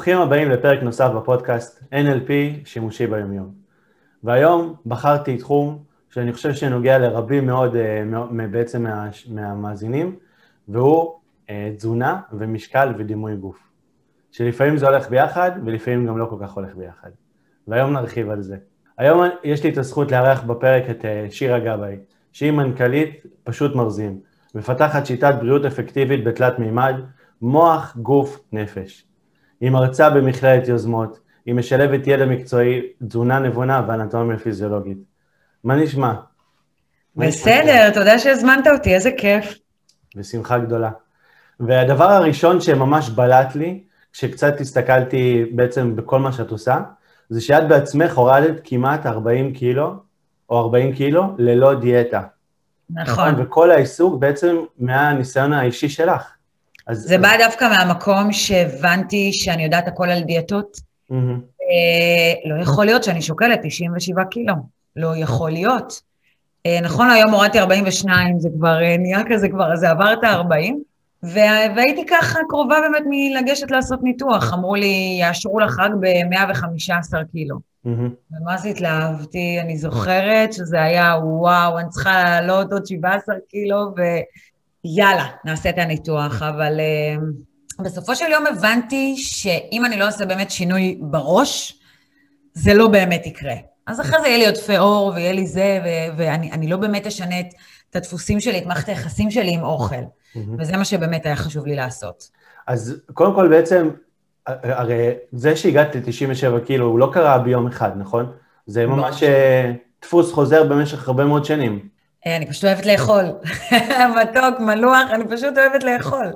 ברוכים הבאים לפרק נוסף בפודקאסט NLP שימושי ביומיום. והיום בחרתי תחום שאני חושב שנוגע לרבים מאוד בעצם מהמאזינים, והוא תזונה ומשקל ודימוי גוף. שלפעמים זה הולך ביחד ולפעמים גם לא כל כך הולך ביחד. והיום נרחיב על זה. היום יש לי את הזכות לארח בפרק את שירה גבאי, שהיא מנכ"לית פשוט מרזים, מפתחת שיטת בריאות אפקטיבית בתלת מימד, מוח, גוף, נפש. היא מרצה במכללת יוזמות, היא משלבת ידע מקצועי, תזונה נבונה ואנטומיה פיזיולוגית. מה נשמע? בסדר, תודה שהזמנת אותי, איזה כיף. בשמחה גדולה. והדבר הראשון שממש בלט לי, כשקצת הסתכלתי בעצם בכל מה שאת עושה, זה שאת בעצמך הורדת כמעט 40 קילו, או 40 קילו, ללא דיאטה. נכון. וכל העיסוק בעצם מהניסיון האישי שלך. זה בא דווקא מהמקום שהבנתי שאני יודעת הכל על דיאטות. לא יכול להיות שאני שוקלת 97 קילו. לא יכול להיות. נכון, היום הורדתי 42, זה כבר נהיה כזה כבר, זה עבר את ה-40. והייתי ככה קרובה באמת מלגשת לעשות ניתוח. אמרו לי, יאשרו לך רק ב-115 קילו. ומה זה התלהבתי, אני זוכרת שזה היה, וואו, אני צריכה לעלות עוד 17 קילו, ויאללה, נעשה את הניתוח. אבל בסופו של יום הבנתי שאם אני לא עושה באמת שינוי בראש, זה לא באמת יקרה. אז אחרי זה יהיה לי עודפי עור, ויהיה לי זה, ואני לא באמת אשנה את הדפוסים שלי, את מערכת היחסים שלי עם אוכל. וזה מה שבאמת היה חשוב לי לעשות. אז קודם כל בעצם, הרי זה שהגעת ל-97 קילו, הוא לא קרה ביום אחד, נכון? זה ממש דפוס חוזר במשך הרבה מאוד שנים. אני פשוט אוהבת לאכול. מתוק, מלוח, אני פשוט אוהבת לאכול.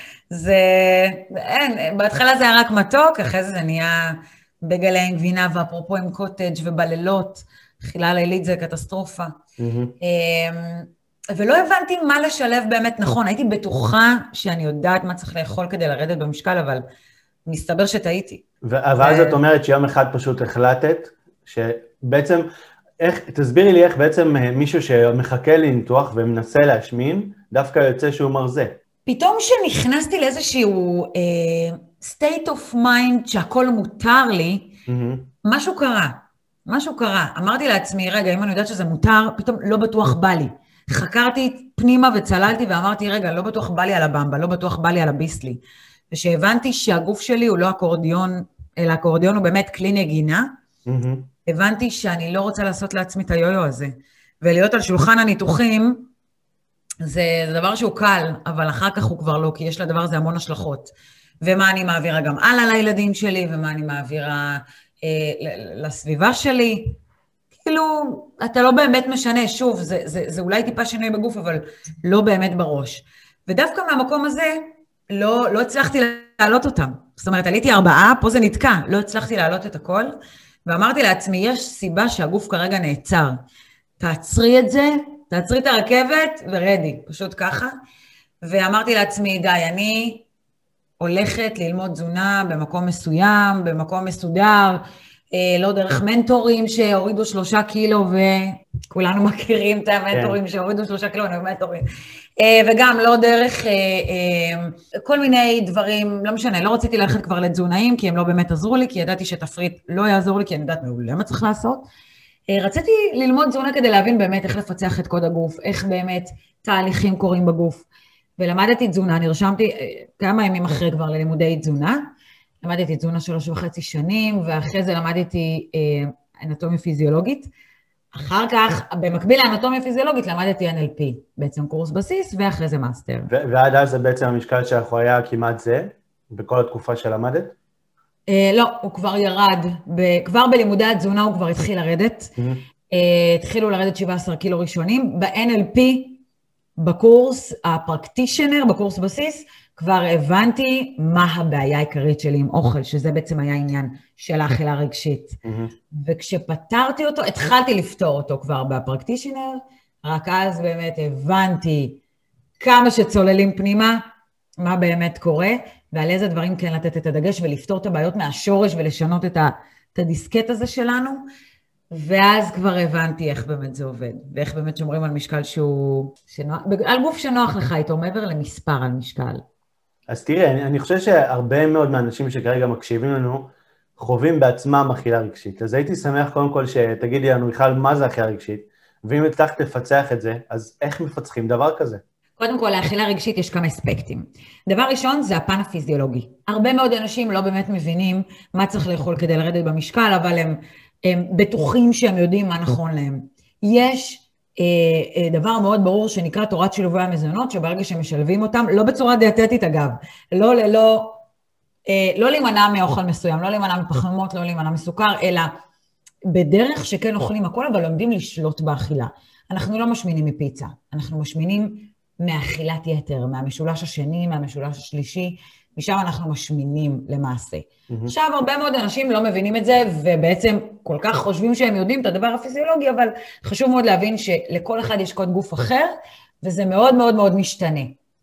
בהתחלה זה היה רק מתוק, אחרי זה נהיה בגלי עם גבינה, ואפרופו עם קוטג' ובלילות, חילה לילית זה קטסטרופה. ולא הבנתי מה לשלב באמת נכון, הייתי בטוחה שאני יודעת מה צריך לאכול כדי לרדת במשקל, אבל מסתבר שטעיתי. ואז את אומרת שיום אחד פשוט החלטת, שבעצם, תסבירי לי איך בעצם מישהו שמחכה לניתוח ומנסה להשמין, דווקא יוצא שהוא מרזה. פתאום שנכנסתי לאיזשהו state of mind שהכל מותר לי, משהו קרה. אמרתי לעצמי, רגע, אם אני יודעת שזה מותר, פתאום לא בטוח בא לי. חקרתי פנימה וצללתי ואמרתי, רגע, לא בטוח בא לי על הבמבה, לא בטוח בא לי על הביסלי. ושהבנתי שהגוף שלי הוא לא אקורדיון, אלא אקורדיון הוא באמת כלי נגינה, הבנתי שאני לא רוצה לעשות לעצמי את היו-יו הזה. ולהיות על שולחן הניתוחים, זה דבר שהוא קל, אבל אחר כך הוא כבר לא, כי יש לדבר הזה המון השלכות. ומה אני מעבירה גם הלאה לילדים שלי, ומה אני מעבירה לסביבה שלי. כאילו, אתה לא באמת משנה, שוב, זה אולי טיפה שינוי בגוף, אבל לא באמת בראש. ודווקא מהמקום הזה, לא הצלחתי להעלות אותם. זאת אומרת, עליתי 4, פה זה נתקע, לא הצלחתי להעלות את הכל, ואמרתי לעצמי, יש סיבה שהגוף כרגע נעצר. תעצרי את זה, תעצרי את הרכבת, ורדי, פשוט ככה. ואמרתי לעצמי, די, אני הולכת ללמוד תזונה במקום מסוים, במקום מסודר, לא דרך מנטורים שהורידו 3 קילו, וכולנו מכירים את המנטורים שהורידו 3 קילו, אני מנטורים, וגם לא דרך כל מיני דברים, לא משנה, לא רציתי ללכת כבר לתזונאים, כי הם לא באמת עזרו לי, כי ידעתי שתפריט לא יעזור לי, כי אני יודעת מעולה מה צריך לעשות. רציתי ללמוד תזונה כדי להבין באמת איך לפצח את קוד הגוף, איך באמת תהליכים קורים בגוף, ולמדתי תזונה, נרשמתי כמה ימים אחרי כבר ללימודי תזונה, למדתי תזונה 3.5 שנים, ואחרי זה למדתי אנטומיה פיזיולוגית. אחר כך, במקביל לאנטומיה פיזיולוגית, למדתי NLP, בעצם קורס בסיס, ואחרי זה מאסטר. ועד אז זה בעצם המשקל שלך היה כמעט זה, בכל התקופה שלמדת? לא, הוא כבר ירד. כבר בלימודי התזונה הוא כבר התחיל לרדת. התחילו לרדת 17 קילו ראשונים. ב-NLP, בקורס הפרקטישנר, בקורס בסיס, כבר הבנתי מה הבעיה העיקרית שלי עם אוכל, שזה בעצם היה עניין של האכילה רגשית. וכשפתרתי אותו, התחלתי לפתור אותו כבר בפרקטישנר, רק אז באמת הבנתי כמה שצוללים פנימה, מה באמת קורה, ועל איזה דברים כן לתת את הדגש, ולפתור את הבעיות מהשורש, ולשנות את הדיסקט הזה שלנו, ואז כבר הבנתי איך באמת זה עובד, ואיך באמת שומרים על משקל שהוא, על גוף שנוח לך איתו, מעבר למספר על משקל. אז תראה, אני חושב שהרבה מאוד מהאנשים שכרגע מקשיבים לנו, חווים בעצמם אכילה רגשית. אז הייתי שמח קודם כל שתגידי לנו בכלל מה זה אכילה רגשית, ואם הצלחת לפצח את זה, אז איך מפצחים דבר כזה? קודם כל, לאכילה רגשית יש כמה אספקטים. דבר ראשון זה הפן הפיזיולוגי. הרבה מאוד אנשים לא באמת מבינים מה צריך לאכול כדי לרדת במשקל, אבל הם בטוחים שהם יודעים מה נכון להם. יש דבר מאוד ברור שנקרא תורת שילובי המזונות, שברגע שמשלבים אותם, לא בצורה דיאטטית אגב, לא להימנע מאוכל מסוים, לא להימנע מפחמות, לא להימנע מסוכר, אלא בדרך שכן אוכלים הכל, אבל לומדים לשלוט באכילה. אנחנו לא משמינים מפיצה, אנחנו משמינים מאכילת יתר, מהמשולש השני, מהמשולש השלישי, משם אנחנו משמינים למעשה. עכשיו, הרבה מאוד אנשים לא מבינים את זה, ובעצם כל כך חושבים שהם יודעים את הדבר הפיזיולוגי, אבל חשוב מאוד להבין שלכל אחד יש קוד גוף אחר, וזה מאוד מאוד מאוד משתנה.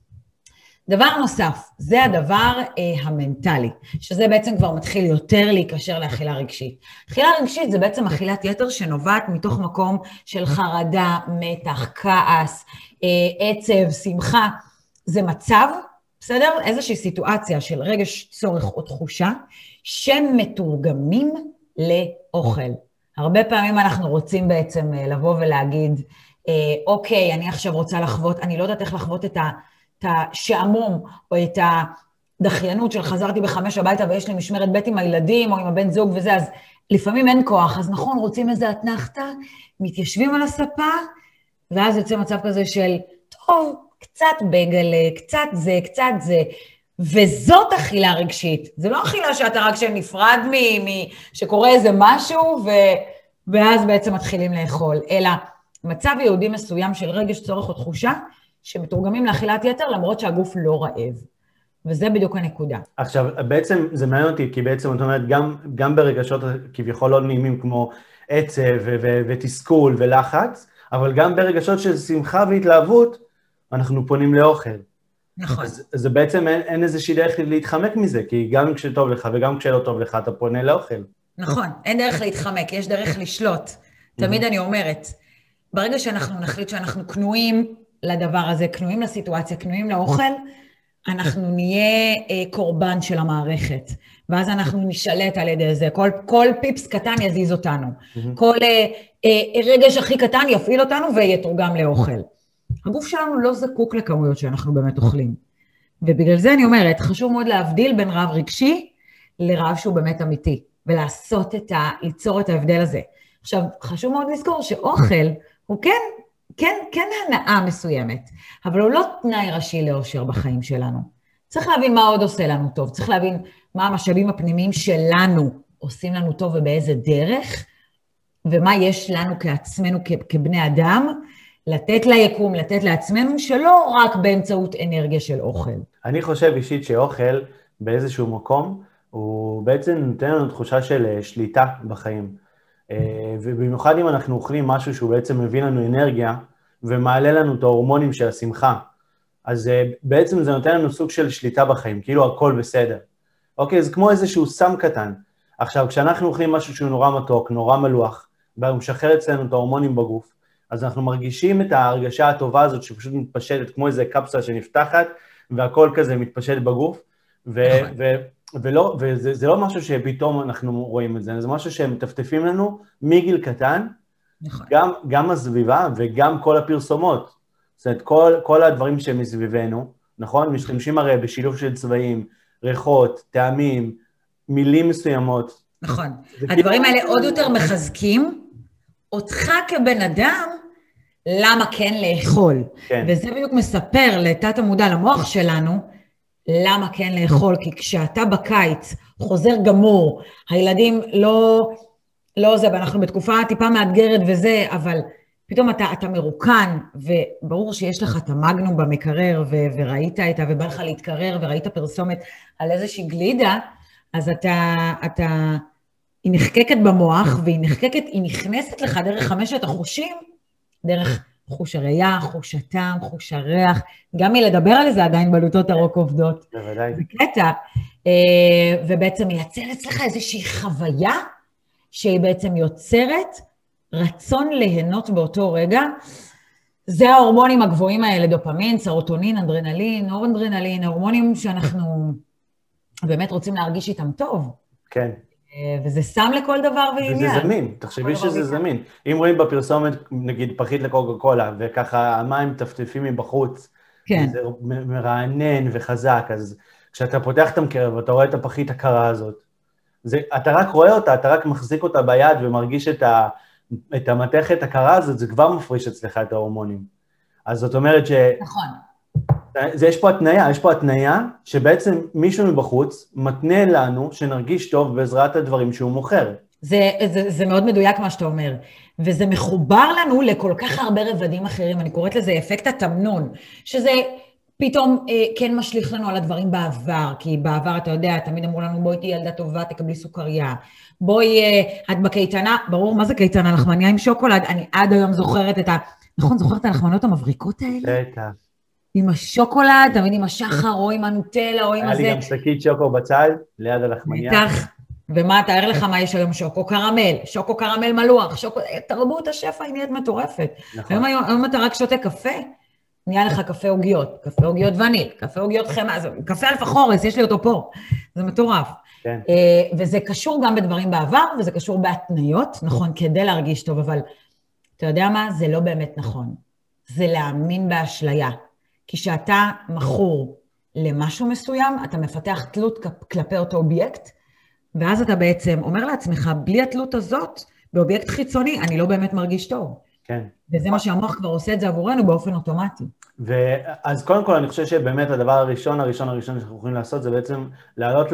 דבר נוסף, זה הדבר המנטלי, שזה בעצם כבר מתחיל יותר להיקשר לאכילה רגשית. אכילה רגשית זה בעצם אכילת יתר שנובעת מתוך מקום של חרדה, מתח, כעס, עצב, שמחה. זה מצב, בסדר? איזושהי סיטואציה של רגש, צורך או תחושה, שמתורגמים לאוכל. הרבה פעמים אנחנו רוצים בעצם לבוא ולהגיד, אוקיי, אני עכשיו רוצה לחוות, אני לא יודעת איך לחוות את השעמום, או את הדחיינות של חזרתי ב5 הביתה ויש לי משמרת בית עם הילדים, או עם הבן זוג וזה, אז לפעמים אין כוח, אז נכון, רוצים איזה אתנחתא, מתיישבים על הספה, ואז יוצא מצב כזה של, טוב, קצת בגלה, קצת זה, וזאת אכילה רגשית. זה לא אכילה שאתה רק שנפרד שקורה איזה משהו, ואז בעצם מתחילים לאכול, אלא מצב יהודי מסוים של רגש, צורך או תחושה, שמתורגמים לאכילת יתר, למרות שהגוף לא רעב. וזה בדיוק הנקודה. עכשיו, בעצם זה מעניין אותי, כי בעצם את אומרת, גם ברגשות כביכול לא נעימים, כמו עצב ותסכול ולחץ, אבל גם ברגשות של שמחה והתלהבות, אנחנו פונים לאוכל. נכון. אז זה בעצם אין איזושהי דרך להתחמק מזה, כי גם כשטוב לך וגם כשלא טוב לך, אתה פונה לאוכל. נכון, אין דרך להתחמק, יש דרך לשלוט. תמיד אני אומרת, ברגע שאנחנו נחליט שאנחנו כנועים לדבר הזה, כנועים לסיטואציה, כנועים לאוכל, אנחנו נהיה קורבן של המערכת, ואז אנחנו נשלט על ידי זה, כל פיפס קטן יזיז אותנו, כל רגש הכי קטן יפעיל אותנו ויתורגם לאוכל. הגוף שלנו לא זקוק לכמויות שאנחנו באמת אוכלים, ובגלל זה אני אומרת, חשוב מאוד להבדיל בין רעב רגשי לרעב שהוא באמת אמיתי, ולעשות ליצור את ההבדל הזה. עכשיו, חשוב מאוד לזכור שאוכל הוא כן הנאה מסוימת, אבל הוא לא תנאי ראשי לאושר בחיים שלנו. צריך להבין מה עוד עושה לנו טוב, צריך להבין מה המשאבים הפנימיים שלנו עושים לנו טוב ובאיזה דרך, ומה יש לנו כעצמנו כבני אדם, לתת ליקום, לתת לעצמנו, שלא רק באמצעות אנרגיה של אוכל. אני חושב אישית שאוכל באיזשהו מקום, הוא בעצם נותן לנו תחושה של שליטה בחיים. ובמיוחד אם אנחנו אוכלים משהו שהוא בעצם מביא לנו אנרגיה, ומעלה לנו את ההורמונים של השמחה, אז בעצם זה נותן לנו סוג של שליטה בחיים, כאילו הכל בסדר. אוקיי, זה כמו איזשהו סם קטן. עכשיו, כשאנחנו אוכלים משהו שהוא נורא מתוק, נורא מלוח, והוא משחרר אצלנו את ההורמונים בגוף, אז אנחנו מרגישים את ההרגשה הטובה הזאת שפשוט מתפשטת, כמו איזה קפסולה שנפתחת, והכל כזה מתפשט בגוף, וזה לא משהו שפתאום אנחנו רואים את זה, זה משהו שהם מטפטפים לנו מגיל קטן, גם הסביבה וגם כל הפרסומות, זאת אומרת, כל הדברים שהם מסביבנו, נכון? משתמשים הרי בשילוב של צבעים, ריחות, טעמים, מילים מסוימות. נכון. הדברים האלה עוד יותר מחזקים אותך כבן אדם, למה כן לאכול. כן. וזה בדיוק מספר לתת המודע למוח שלנו, למה כן לאכול, כי כשאתה בקיץ חוזר גמור, הילדים לא זה, ואנחנו בתקופה טיפה מאתגרת וזה, אבל פתאום אתה מרוקן, וברור שיש לך את המגנום במקרר, וראית ובא לך להתקרר, וראית פרסומת על איזושהי גלידה, אז היא נחקקת במוח, היא נכנסת לך דרך 5 החושים, דרך חוש הראייה, חוש הטעם, חוש הריח, גם מלדבר על זה עדיין בלוטות הרוק עובדות. בוודאי. זה קטע, ובעצם מייצר אצלך איזושהי חוויה, שהיא בעצם יוצרת רצון ליהנות באותו רגע, זה ההורמונים הגבוהים האלה, דופמין, סרוטונין, אנדרנלין, נורנדרנלין, ההורמונים שאנחנו באמת רוצים להרגיש איתם טוב. כן. וזה שם לכל דבר ועניין. וזה זמין, תחשבי שזה זמין. אם רואים בפרסומת, נגיד, פחית לקוקה קולה, וככה המים טפטפים מבחוץ, כן. וזה מרענן וחזק, אז כשאתה פותח את המקרר ואתה רואה את הפחית הקרה הזאת, אתה רק רואה אותה, אתה רק מחזיק אותה ביד ומרגיש את המתכת הקרה הזאת, זה כבר מפריש אצלך את ההורמונים. אז זאת אומרת נכון. יש פה התניה שבעצם מישהו מבחוץ מתנה לנו שנרגיש טוב בעזרת הדברים שהוא מוכר. זה מאוד מדויק מה שאתה אומר, וזה מחובר לנו לכל כך הרבה רבדים אחרים, אני קוראת לזה אפקט התמנון, שזה פתאום כן משליך לנו על הדברים בעבר, כי בעבר אתה יודע, תמיד אמרו לנו בואי תהיי ילדה טובה, תקבלי סוכריה, בואי את בקייטנה, ברור מה זה קייטנה, לחמניה עם שוקולד, אני עד היום זוכרת נכון, זוכרת את הלחמנות המבריקות האלה? בטח. עם השוקולד, תמיד עם השחר, או עם הנוטלה, או עם הזה. היה לי גם שקית שוקו בצד, ליד הלחמניה. בטח, ומה, תאר לך מה יש היום? שוקו קרמל מלוח, תרבות השפע היא נהיית מטורפת. נכון. היום אתה רק שותה קפה, נהיה לך קפה עוגיות, קפה עוגיות וניל, קפה עוגיות חמה, קפה אלפה חורס, יש לי אותו פה, זה מטורף. כן. וזה קשור גם בדברים בעבר, וזה קשור בהתניות, נכון, כדי להרגיש טוב, אבל אתה יודע מה? זה לא באמת נכון. זה להאמין באשליה. כי שאתה מכור למשהו מסוים, אתה מפתח תלות כלפי אותו אובייקט, ואז אתה בעצם אומר לעצמך, בלי התלות הזאת, באובייקט חיצוני, אני לא באמת מרגיש טוב. כן. וזה מה שהמוח כבר עושה את זה עבורנו באופן אוטומטי. אז קודם כל אני חושב שבאמת הדבר הראשון שאנחנו יכולים לעשות, זה בעצם להעלות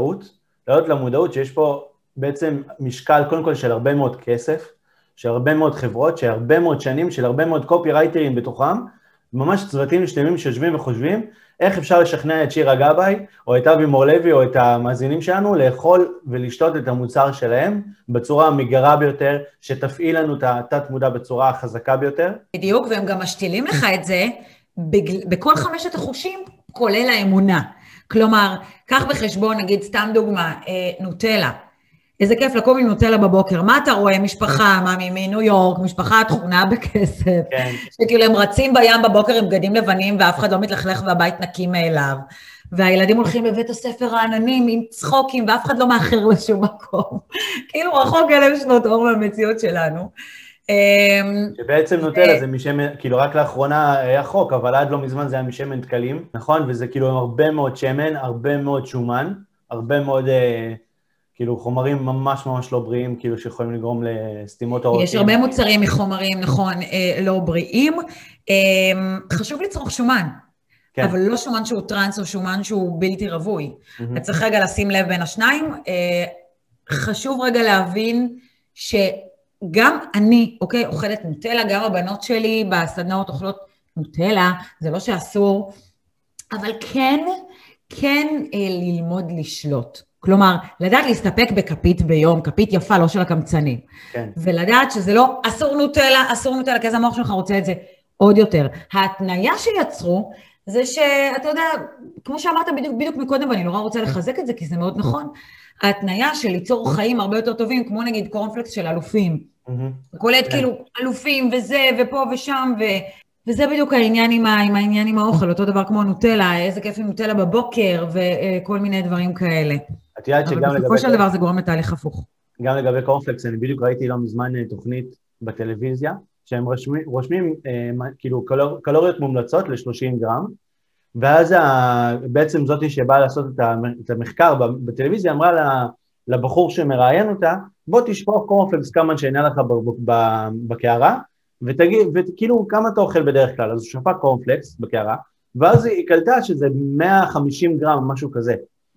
למודעות שיש פה בעצם משקל קודם כל של הרבה מאוד כסף, של הרבה מאוד חברות, של הרבה מאוד שנים, של הרבה מאוד קופי-רייטרים בתוכם, ממש צוותים שלמים שיושבים וחושבים, איך אפשר לשכנע את שירה גבאי, או את אבי מורלוי, או את המאזינים שלנו, לאכול ולשתות את המוצר שלהם, בצורה המגרה ביותר, שתפעיל לנו את התת מודע בצורה החזקה ביותר. בדיוק, והם גם משתילים לך את זה, בכל 5 החושים, כולל האמונה. כלומר, קח בחשבון, נגיד, סתם דוגמה, נוטלה. איזה כיף לקום עם נוטלה בבוקר. מה אתה רואה? משפחה, מאמי מניו יורק, משפחה תכונה בכסף. כן. שכאילו הם רצים בים בבוקר עם בגדים לבנים, ואף אחד לא מתלכלך והבית נקי מאליו. והילדים הולכים לבית הספר העננים עם צחוקים, ואף אחד לא מאחר לשום מקום. כאילו רחוק 1000 שנות אור מהמציאות שלנו. שבעצם נוטלה זה משמן, כאילו רק לאחרונה היה חוק, אבל עד לא מזמן זה היה משמן דקלים, נכון? וזה כאילו עם הרבה מאוד שמן, הרבה מאוד שומן, הרבה מאוד כאילו חומרים ממש ממש לא בריאים, כאילו שיכולים לגרום לסתימות העורקים. יש הרבה מוצרים מחומרים, נכון, לא בריאים. חשוב לצרוך שומן, אבל לא שומן שהוא טרנס או שומן שהוא בלתי רווי. אתה צריך רגע לשים לב בין השניים. חשוב רגע להבין שגם אני, אוקיי, אוכלת נוטלה, גם הבנות שלי בסדנאות אוכלות נוטלה, זה לא שאסור, אבל כן ללמוד לשלוט. כלומר, לדעת להסתפק בכפית ביום, כפית יפה, לא של הקמצנים. כן. ולדעת שזה לא אסור נוטלה, כי אז המוח שלך רוצה את זה עוד יותר. ההתניה שיצרו, זה שאתה יודע, כמו שאמרת בדיוק מקודם, ואני נורא רוצה לחזק את זה, כי זה מאוד נכון, ההתניה של ליצור חיים הרבה יותר טובים, כמו נגיד קורנפלקס של אלופים. קולט כאילו אלופים וזה, ופה ושם, וזה בדיוק העניין עם האוכל, אותו דבר כמו נוטלה, איזה כיף עם נוטלה בבוקר, וכל מיני דברים כאלה. אבל בסופו של דבר זה גורם לתהליך הפוך. גם לגבי קורנפלקס, אני בדיוק ראיתי לא מזמן תוכנית בטלוויזיה, שהם רושמים כאילו קלוריות מומלצות ל-30 גרם, ואז בעצם זאתי שבאה לעשות את המחקר בטלוויזיה, אמרה לבחור שמראיין אותה, בוא תשפוך קורנפלקס כמה שעינה לך בקערה, וכאילו כמה אתה אוכל בדרך כלל, אז הוא שפך קורנפלקס בקערה, ואז היא קלטה שזה 150 גרם, משהו כזה.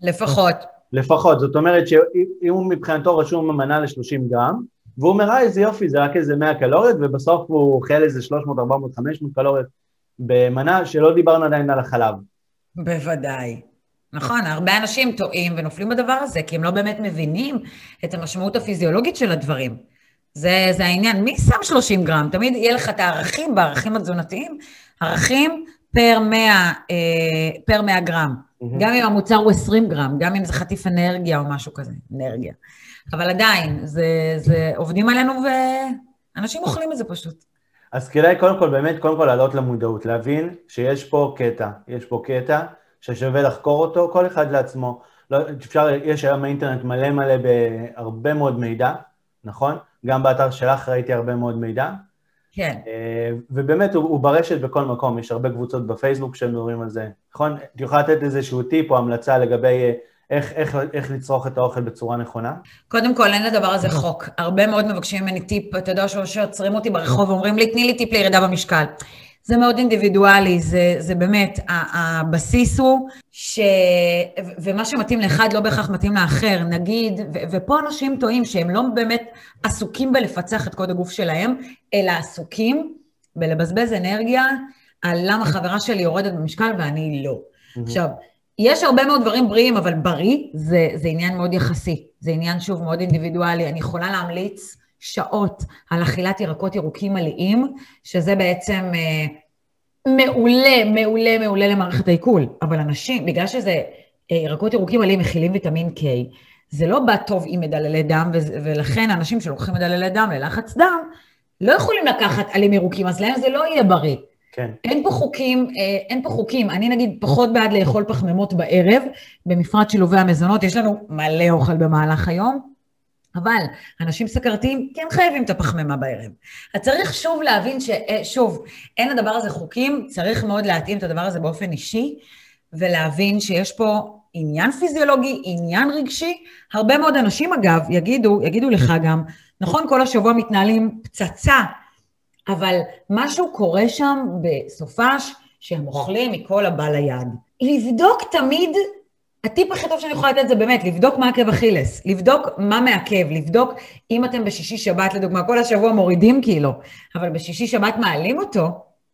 לפחות, זאת אומרת שאם הוא מבחינתו רשום מנה ל-30 גרם, והוא אומר, איזה יופי, זה רק איזה 100 קלוריות, ובסוף הוא אוכל איזה 300, 400, 500 קלוריות במנה שלא דיברנו עדיין על החלב. בוודאי. נכון, הרבה אנשים טועים ונופלים בדבר הזה, כי הם לא באמת מבינים את המשמעות הפיזיולוגית של הדברים. זה העניין. מי שם 30 גרם? תמיד יהיה לך את הערכים, בערכים התזונתיים, ערכים פר 100 גרם. גם אם המוצר הוא 20 גרם, גם אם זה חטיף אנרגיה או משהו כזה, אנרגיה. אבל עדיין, זה עובדים עלינו ואנשים אוכלים את זה פשוט. אז כדאי קודם כל, באמת, קודם כל לעלות למודעות, להבין שיש פה קטע ששווה לחקור אותו, כל אחד לעצמו. לא, יש היום באינטרנט מלא בהרבה מאוד מידע, נכון? גם באתר שלך ראיתי הרבה מאוד מידע. כן. ובאמת הוא ברשת בכל מקום, יש הרבה קבוצות בפייסבוק שמדברים על זה, נכון? את יכולה לתת איזשהו טיפ או המלצה לגבי איך לצרוך את האוכל בצורה נכונה? קודם כל, אין לדבר הזה חוק. הרבה מאוד מבקשים ממני טיפ, אתה יודע שעוצרים אותי ברחוב ואומרים לי, תני לי טיפ לירידה במשקל. זה מאוד אינדיבידואלי, זה באמת, הבסיס הוא ומה שמתאים לאחד לא בהכרח מתאים לאחר, נגיד, ופה אנשים טועים שהם לא באמת עסוקים בלפצח את קוד הגוף שלהם, אלא עסוקים בלבזבז אנרגיה על למה חברה שלי יורדת במשקל ואני לא. עכשיו, יש הרבה מאוד דברים בריאים, אבל בריא זה עניין מאוד יחסי, זה עניין שוב מאוד אינדיבידואלי, אני יכולה להמליץ שעות על אכילת ירקות ירוקים מלאים, שזה בעצם מעולה למערכת העיכול, אבל אנשים, בגלל שזה ירקות ירוקים מלאים מכילים ויטמין K, זה לא בא טוב עם מדללי דם, ולכן אנשים שלוקחים מדללי דם ללחץ דם, לא יכולים לקחת עלים ירוקים, אז להם זה לא יהיה בריא. כן. אין פה חוקים, אני נגיד פחות בעד לאכול פחמימות בערב, במפרט שילובי המזונות, יש לנו מלא אוכל במהלך היום, אבל אנשים סכרתיים כן חייבים את הפחמימה בערב. אז צריך שוב להבין ששוב, אין לדבר הזה חוקים, צריך מאוד להתאים את הדבר הזה באופן אישי, ולהבין שיש פה עניין פיזיולוגי, עניין רגשי, הרבה מאוד אנשים אגב יגידו לך גם, נכון כל השבוע מתנהלים פצצה, אבל משהו קורה שם בסופש שהם אוכלים מכל הבא ליד. לבדוק תמיד, הטיפ הכי טוב שאני יכולה לתת זה באמת, לבדוק מה עקב אכילס, לבדוק מה מעכב, לבדוק אם אתם בשישי שבת, לדוגמה, כל השבוע מורידים קילו, אבל בשישי שבת מעלים אותו,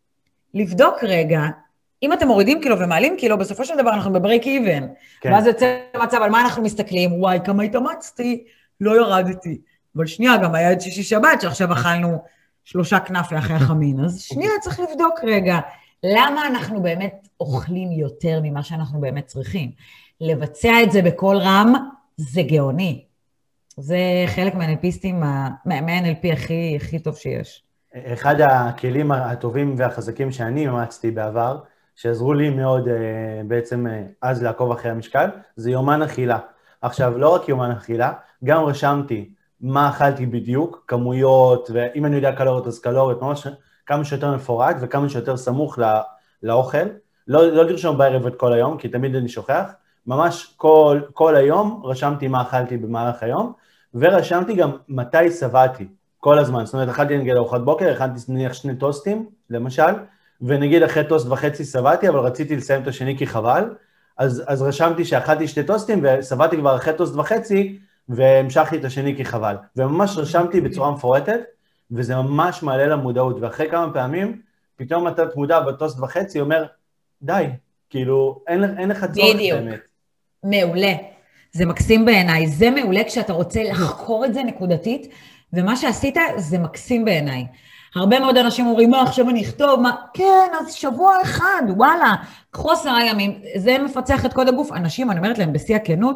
לבדוק רגע, אם אתם מורידים קילו ומעלים קילו, בסופו של דבר אנחנו בברייק איבן, כן. ואז יוצא מצב על מה אנחנו מסתכלים, וואי, כמה התאמצתי, לא ירדתי. אבל שנייה, גם היה את שישי שבת, שעכשיו אכלנו 3 כנאפה אחרי החמין, אז שנייה צריך לבדוק רגע, למה אנחנו באמת אוכלים יותר ממה שאנחנו באמת צריכים. לבצע את זה בכל רם, זה גאוני. זה חלק מהנלפיסטים, מה-NLP הכי טוב שיש. אחד הכלים הטובים והחזקים שאני מצאתי בעבר, שעזרו לי מאוד בעצם אז לעקוב אחרי המשקל, זה יומן אכילה. עכשיו, לא רק יומן אכילה, גם רשמתי מה אכלתי בדיוק, כמויות, ואם אני יודע קלוריות, אז קלוריות, ממש כמה שיותר מפורט וכמה שיותר סמוך לאוכל. לא לרשום בערב את כל היום, כי תמיד אני שוכח. ממש כל היום רשמתי מה אכלתי במהלך היום, ורשמתי גם מתי שבעתי כל הזמן. זאת אומרת, אכלתי נגיד ארוחת בוקר, אכלתי נניח 2 טוסטים, למשל, ונגיד אחרי טוסט וחצי שבעתי, אבל רציתי לסיים את השני כי חבל, אז רשמתי שאכלתי 2 טוסטים, ושבעתי כבר אחרי טוסט וחצי, והמשכתי את השני כי חבל. וממש רשמתי בצורה מפורטת, וזה ממש מעלה למודעות, ואחרי כמה פעמים, פתאום אתה תמודע בטוסט וחצי, אומר, די, כאילו, אין לך צורך באמת. מעולה. זה מקסים בעיניי. זה מעולה כשאתה רוצה לחקור את זה נקודתית, ומה שעשית זה מקסים בעיניי. הרבה מאוד אנשים אומרים, מה, עכשיו אני אכתוב, מה? כן, אז שבוע אחד, וואלה, קחו 10 ימים. זה מפצח את קוד הגוף. אנשים, אני אומרת להם, בשיא הכנות,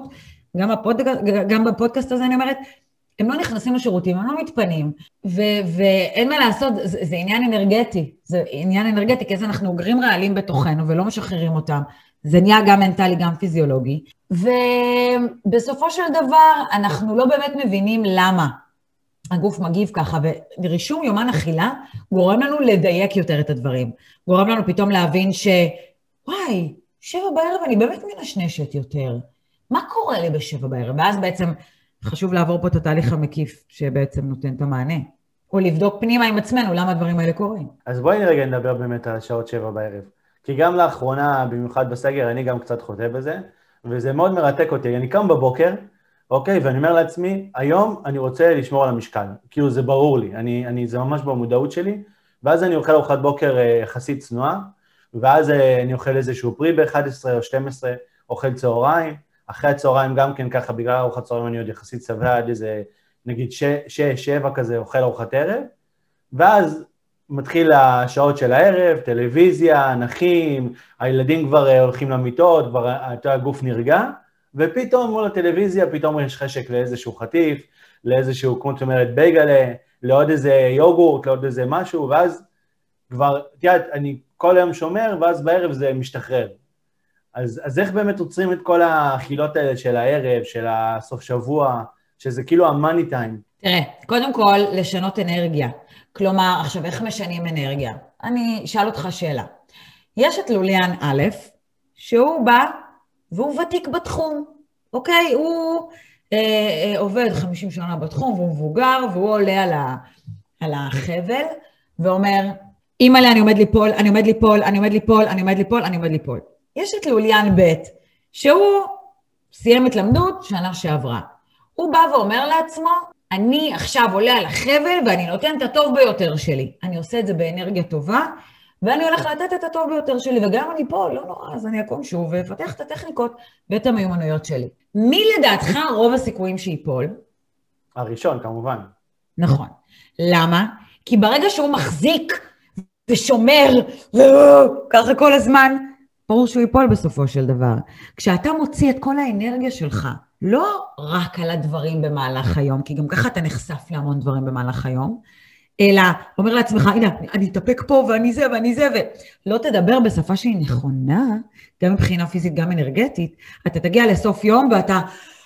גם בפודקאסט הזה אני אומרת, הם לא נכנסים לשירותים, הם לא מתפנים, ואין מה לעשות, זה עניין אנרגטי, כי אז אנחנו אוגרים רעלים בתוכנו ולא משחררים אותם, זה נהיה גם מנטלי, גם פיזיולוגי, ובסופו של דבר אנחנו לא באמת מבינים למה הגוף מגיב ככה, ורישום יומן אכילה גורם לנו לדייק יותר את הדברים, גורם לנו פתאום להבין וואי, 7 בערב אני באמת מנשנשת יותר, מה קורה לי ב7 בערב? ואז בעצם חשוב לעבור פה את התהליך המקיף שבעצם נותן את המענה, או לבדוק פנימה עם עצמנו למה הדברים האלה קורים. אז בואי רגע נדבר באמת על השעות 7 בערב, כי גם לאחרונה, במיוחד בסגר, אני גם קצת חוטא בזה, וזה מאוד מרתק אותי. אני קם בבוקר, אוקיי, ואני אומר לעצמי, היום אני רוצה לשמור על המשקל, כאילו זה ברור לי, זה ממש במודעות שלי, ואז אני אוכל ארוחת בוקר יחסית צנועה, ואז אני אוכל איזשהו פרי ב-11 או 12, אוכל צהריים, אחרי הצהריים גם כן ככה, בגלל ארוחת צהריים אני עוד יחסית שבע, עד איזה נגיד 6-7 כזה אוכל ארוחת ערב, ואז מתחיל השעות של הערב, טלוויזיה, נחים, הילדים כבר הולכים למיטות, כבר הגוף נרגע, ופתאום מול הטלוויזיה, פתאום יש חשק לאיזשהו חטיף, לאיזשהו, כמו שאת אומרת, בייגלה, לעוד איזה יוגורט, לעוד איזה משהו, ואז כבר, תראה, אני כל היום שומר, ואז בערב זה משתחרר. אז איך באמת עוצרים את כל האכילות האלה של הערב, של הסוף שבוע, שזה כאילו המאני טיים? תראה, קודם כל, לשנות אנרגיה. כלומר, עכשיו, איך משנים אנרגיה? אני אשאל אותך שאלה. יש את לוליאן א', שהוא בא, והוא ותיק בתחום, אוקיי? הוא עובד 50 שנה בתחום, והוא מבוגר, והוא עולה על החבל, ואומר, אימא'לה, אני עומד ליפול, אני עומד ליפול, אני עומד ליפול, אני עומד ליפול, אני עומד ליפול. יש את לוליאן ב', שהוא סיים התלמדות שנה שעברה. הוא בא ואומר לעצמו, אני עכשיו עולה על החבל ואני נותן את הטוב ביותר שלי. אני עושה את זה באנרגיה טובה, ואני הולך לתת את הטוב ביותר שלי, וגם אני פה, לא נורא, אז אני אקום שוב ואפתח את הטכניקות ואת המיומנויות שלי. מי לדעתך רוב הסיכויים שיפול? הראשון, כמובן. נכון. למה? כי ברגע שהוא מחזיק ושומר, ככה כל הזמן, ברור שהוא ייפול בסופו של דבר. כשאתה מוציא את כל האנרגיה שלך, לא רק על הדברים במהלך היום, כי גם ככה אתה נחשף להמון דברים במהלך היום, אלא אומר לעצמך, הנה, אני אתאפק פה ואני זה ואני זה, ולא תדבר בשפה שהיא נכונה, גם מבחינה פיזית, גם אנרגטית, אתה תגיע לסוף יום ואתה,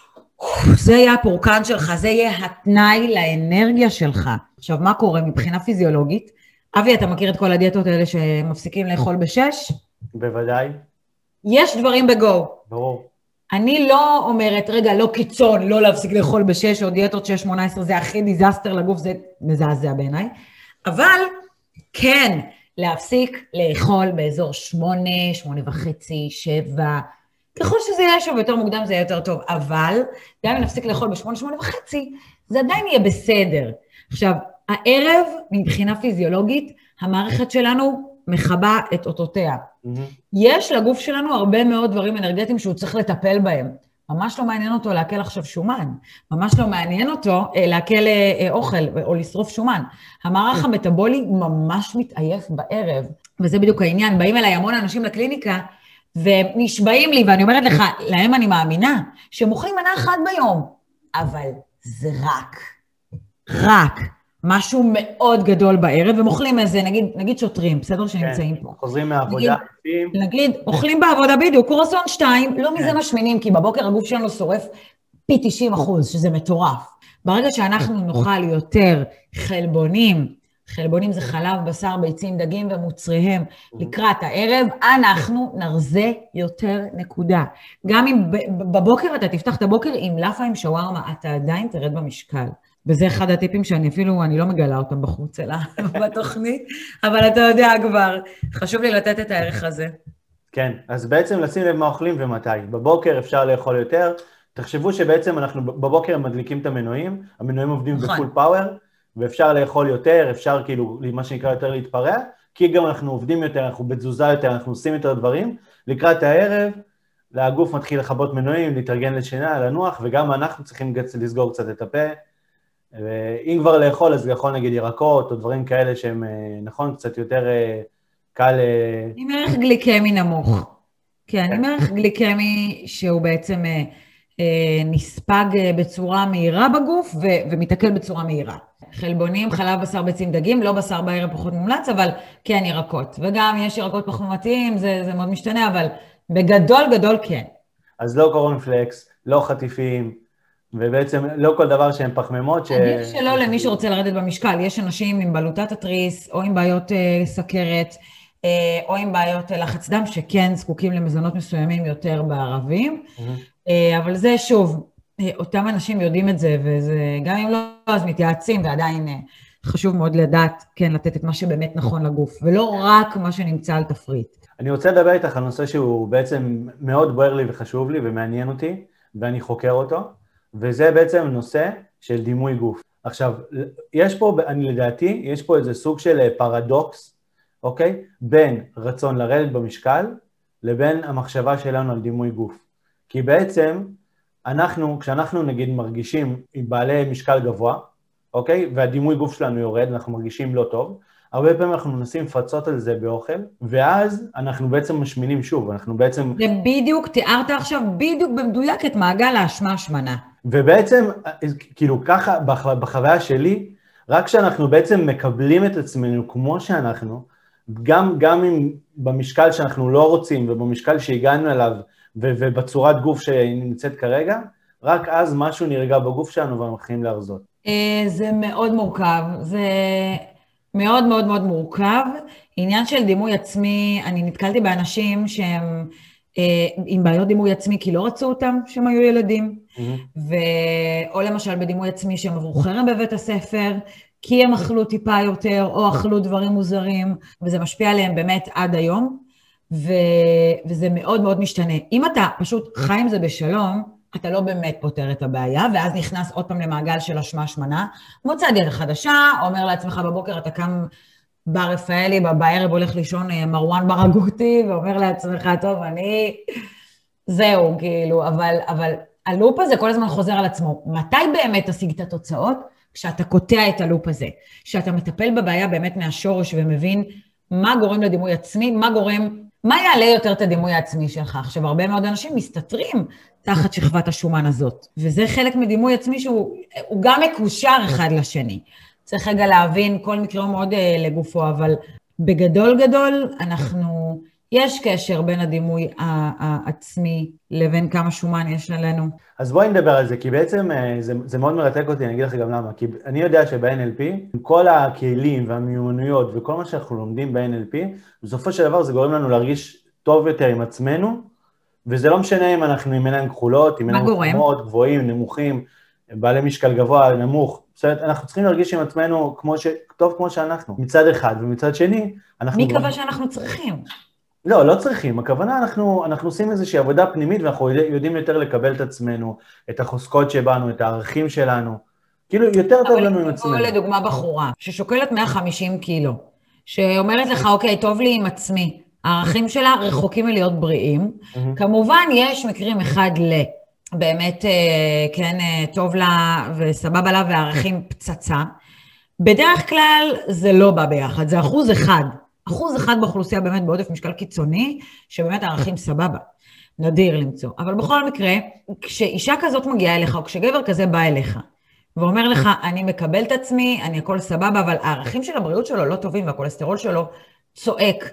זה יהיה הפורקן שלך, זה יהיה התנאי לאנרגיה שלך. עכשיו, מה קורה מבחינה פיזיולוגית? אבי, אתה מכיר את כל הדיאטות האלה שמפסיקים לאכול בשש? בוודאי. יש דברים בגו. ברור. אני לא אומרת, רגע, לא קיצון, לא להפסיק לאכול בשש, או דיאטות 6-18, זה הכי דיזסטר לגוף, זה מזעזע בעיניי. אבל כן, להפסיק לאכול באזור 8, 8.5, 7, ככל שזה יהיה שוב יותר מוקדם זה יהיה יותר טוב, אבל גם אם נפסיק לאכול ב8, 8.5, זה עדיין יהיה בסדר. עכשיו, הערב, מבחינה פיזיולוגית, המערכת שלנו מחבה את אותותיה. יש לגוף שלנו הרבה מאוד דברים אנרגטיים שהוא צריך לטפל בהם. ממש לא מעניין אותו להקל עכשיו שומן. ממש לא מעניין אותו להקל אוכל או לשרוף שומן. המערך המטאבולי ממש מתעייף בערב, וזה בדיוק העניין. באים אליי המון אנשים לקליניקה, ונשבעים לי, ואני אומרת לך, להם אני מאמינה, שהם אוכלים מנה אחת ביום, אבל זה רק משהו מאוד גדול בערב, ומאכלים איזה, נגיד שוטרים, בסדר שנמצאים פה. חוזרים מהעבודה. נגיד, אוכלים בעבודה בדיוק, קורסון 2, לא מזה משמינים, כי בבוקר הגוף שלנו שורף פי 90%, שזה מטורף. ברגע שאנחנו נאכל יותר חלבונים, חלבונים זה חלב, בשר, ביצים, דגים ומוצריהם, לקראת הערב, אנחנו נרזה יותר נקודה. גם אם בבוקר אתה תפתח את הבוקר עם לאפה עם שווארמה, אתה עדיין תרד במשקל. וזה אחד הטיפים שאני אפילו, אני לא מגלה אותם בחוץ, אלא בתוכנית, אבל אתה יודע כבר, חשוב לי לתת את הערך הזה. כן, אז בעצם לשים לב מה אוכלים ומתי. בבוקר אפשר לאכול יותר, תחשבו שבעצם אנחנו בבוקר מדליקים את המנועים, המנועים עובדים בפול פאוור, ואפשר לאכול יותר, אפשר כאילו, מה שנקרא יותר להתפרע, כי גם אנחנו עובדים יותר, אנחנו בתזוזה יותר, אנחנו עושים יותר דברים, לקראת הערב, הגוף מתחיל לחבות מנועים, להתארגן לשינה, לנוח, וגם אנחנו צריכים לסגור קצת את הפה, ואם כבר לאכול, אז לאכול נגיד ירקות, או דברים כאלה שהם, נכון, קצת יותר קל... עם ערך גליקמי נמוך. כן, עם ערך גליקמי שהוא בעצם נספג בצורה מהירה בגוף, ומתעכל בצורה מהירה. חלבונים, חלב, בשר, ביצים, דגים, לא בשר בערב פחות מומלץ, אבל כן ירקות. וגם יש ירקות פחמימתיים, זה מאוד משתנה, אבל בגדול כן. אז לא קורנפלקס, לא חטיפים, ובעצם לא כל דבר שהם פחמימות. עדיף שלא למי שרוצה לרדת במשקל. יש אנשים עם בלוטת התריס, או עם בעיות סכרת, או עם בעיות לחץ דם, שכן זקוקים למזונות מסוימים יותר בערבים. אבל זה שוב, אותם אנשים יודעים את זה, וזה גם אם לא, אז מתייעצים, ועדיין חשוב מאוד לדעת, כן, לתת את מה שבאמת נכון לגוף, ולא רק מה שנמצא על תפריט. אני רוצה לדבר איתך על נושא שהוא בעצם מאוד בוער לי וחשוב לי ומעניין אותי, ואני חוקר אותו, וזה בעצם נושא של דימוי גוף. עכשיו, יש פה, לדעתי, יש פה איזה סוג של פרדוקס, אוקיי? בין רצון לרדת במשקל, לבין המחשבה שלנו על דימוי גוף. כי בעצם, כשאנחנו נגיד מרגישים עם בעלי משקל גבוה, אוקיי? והדימוי גוף שלנו יורד, אנחנו מרגישים לא טוב, הרבה פעמים אנחנו מנסים לפצות על זה באוכל, ואז אנחנו בעצם משמינים שוב, אנחנו בעצם... זה בדיוק, תיארת עכשיו בדיוק במדויק את מעגל ההשמנה. ובעצם, כאילו ככה, בחוויה שלי, רק כשאנחנו בעצם מקבלים את עצמנו כמו שאנחנו, גם אם במשקל שאנחנו לא רוצים, ובמשקל שהגענו אליו, ובצורת גוף שנמצאת כרגע, רק אז משהו נרגע בגוף שלנו ומתחילים להרזות. זה מאוד מורכב, זה מאוד מאוד מאוד מורכב. עניין של דימוי עצמי, אני נתקלתי באנשים שהם עם בעיות דימוי עצמי, כי לא רצו אותם שהם היו ילדים, או למשל בדימוי עצמי שהם עברו חרם בבית הספר, כי הם אכלו טיפה יותר, או אכלו דברים מוזרים, וזה משפיע עליהם באמת עד היום, וזה מאוד מאוד משתנה. אם אתה פשוט חי עם זה בשלום, אתה לא באמת פותר את הבעיה, ואז נכנס עוד פעם למעגל של השמנה, מוצא דרך חדשה, אומר לעצמך בבוקר, אתה קם ברפאלי, בערב הולך לישון מרואן ברגותי, ואומר לעצמך, טוב, זהו, כאילו, אבל הלופ הזה כל הזמן חוזר על עצמו. מתי באמת תשיג את התוצאות? כשאתה קוטע את הלופ הזה, כשאתה מטפל בבעיה באמת מהשורש ומבין מה גורם לדימוי עצמי, מה יעלה יותר את הדימוי העצמי שלך. עכשיו, הרבה מאוד אנשים מסתתרים תחת שכבת השומן הזאת, וזה חלק מדימוי עצמי שהוא גם מקושר אחד לשני. צריך רגע להבין, כל מקרה מאוד לגופו, אבל בגדול יש קשר בין הדימוי העצמי לבין כמה שומן יש עלינו. אז בואי נדבר על זה, כי בעצם זה מאוד מרתק אותי, אני אגיד לך גם למה. כי אני יודע שב-NLP, עם כל הכלים והמיומנויות וכל מה שאנחנו לומדים ב-NLP, בסופו של דבר זה גורם לנו להרגיש טוב יותר עם עצמנו, וזה לא משנה אם אנחנו עם עיניים כחולות, עם עיניים כחומות, גבוהים, נמוכים, בעלי משקל גבוה, נמוך. בסדר, אנחנו צריכים להרגיש עם עצמנו טוב כמו שאנחנו, מצד אחד, ומצד שני, מי קבע שאנחנו צריכים? לא צריכים. הכוונה, אנחנו עושים איזושהי עבודה פנימית, ואנחנו יודעים יותר לקבל את עצמנו, את החוזקות שבנו, את הערכים שלנו. כאילו, יותר טוב לנו עם עצמנו. אבל לדוגמה בחורה, ששוקלת 150 קילו, שאומרת לך, אוקיי, טוב לי עם עצמי, הערכים שלה רחוקים מלהיות בריאים. כמובן, יש מקרים אחד באמת, כן, טוב לה וסבבה לה, והערכים פצצה. בדרך כלל זה לא בא ביחד, זה 1% באוכלוסייה באמת בעודף משקל קיצוני, שבאמת הערכים סבבה, נדיר למצוא. אבל בכל מקרה, כשאישה כזאת מגיעה אליך, או כשגבר כזה בא אליך, ואומר לך, אני מקבל את עצמי, אני הכל סבבה, אבל הערכים של הבריאות שלו לא טובים, והכולסטרול שלו צועק,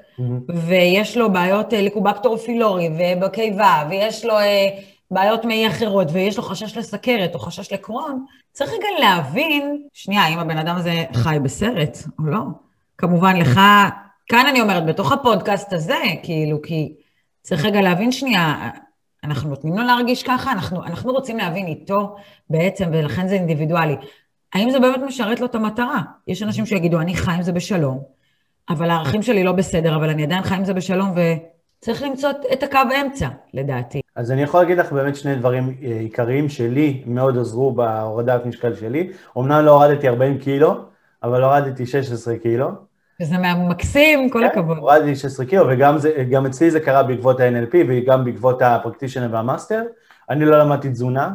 ויש לו בעיות ליקובקטור פילורי, ובקיבה, ויש לו בעיות מעי אחרות, ויש לו חשש לסכרת, או חשש לקרון, צריך רגע להבין, שנייה, האם הבן אדם הזה חי בסרט, או לא. כמובן לך, כאן אני אומרת, בתוך הפודקאסט הזה, כאילו, כי צריך רגע להבין שנייה, אנחנו נותנים לו להרגיש ככה, אנחנו רוצים להבין איתו בעצם, ולכן זה אינדיבידואלי. האם זה באמת משרת לו את המטרה? יש אנשים שיגידו, אני חי עם זה בשלום, אבל הערכים שלי לא בסדר, אבל אני עדיין חי עם זה בשלום, וצריך למצוא את הקו האמצע, לדעתי. אז אני יכול להגיד לך באמת שני דברים עיקריים שלי, מאוד עזרו בהורדת משקל שלי. אמנם לא הורדתי 40 קילו, אבל הורדתי 16 קילו. וזה מקסים, כל הכבוד. הורדתי 16 קילו, וגם אצלי זה קרה בעקבות ה-NLP, וגם בעקבות הפרקטישנר והמאסטר. אני לא למדתי תזונה,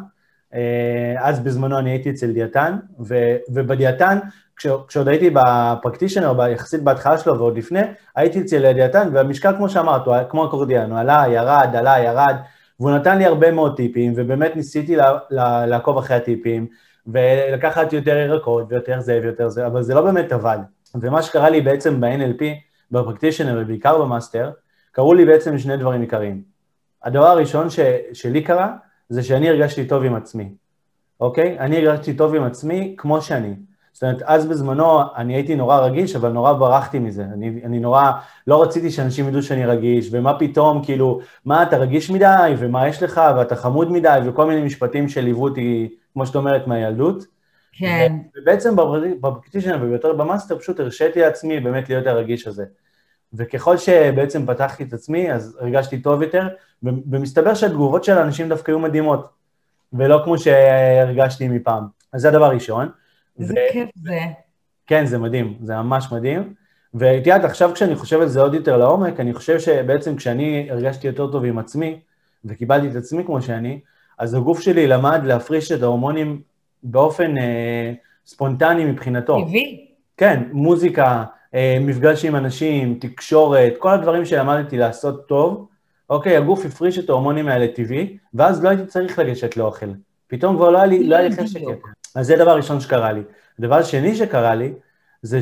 אז בזמנו אני הייתי אצל דיאטן, ובדיאטן, כשעוד הייתי בפרקטישנר, יחסית בהתחלה שלו ועוד לפני, הייתי אצל הדיאטן, והמשקל כמו שאמרת, כמו אקורדיאן, הוא עלה, ירד, והוא נתן לי הרבה מאוד טיפים, ובאמת ניסיתי לעקוב אחרי הטיפים, ולקחת יותר ירקות, ויותר זה ויותר זה, אבל זה לא באמת עבד. ומה שקרה לי בעצם ב-NLP, בפרקטישנר ובעיקר במאסטר, קראו לי בעצם שני דברים עיקריים. הדבר הראשון שלי קרה, זה שאני הרגשתי טוב עם עצמי. אוקיי? אני הרגשתי טוב עם עצמי כמו שאני. זאת אומרת, אז בזמנו אני הייתי נורא רגיש, אבל נורא ברחתי מזה. אני נורא, לא רציתי שאנשים ידעו שאני רגיש, ומה פתאום, כאילו, מה, אתה רגיש מדי, ומה יש לך, ואתה חמוד מדי, וכל מיני משפטים שליוו אותי, כמו שאת אומרת, מהילדות. כן. ובעצם בפרקטישנר וביותר במאסטר, פשוט הרשיתי לעצמי באמת להיות הרגיש הזה. וככל שבעצם פתחתי את עצמי, אז הרגשתי טוב יותר, ומסתבר שהתגובות של האנשים דווקא היו מדהימות, ולא כמו שהרגשתי מפעם. אז זה הדבר ראשון. איזה כיף זה. כן, זה מדהים, זה ממש מדהים. ותיאת, עכשיו כשאני חושב על זה עוד יותר לעומק, אני חושב שבעצם כשאני הרגשתי יותר טוב עם עצמי, וקיבלתי את עצמי כמו שאני, אז הגוף שלי למד להפריש את ההורמונים באופן ספונטני מבחינתו. טבעי. כן, מוזיקה, מפגש עם אנשים, תקשורת, כל הדברים שלמדתי לעשות טוב, אוקיי, הגוף הפריש את ההורמונים האלה טבעי, ואז לא הייתי צריך לגשת לאוכל. פתאום כבר לא היה לי חשק. אז זה דבר ראשון שקרה לי. הדבר שני שקרה לי, זה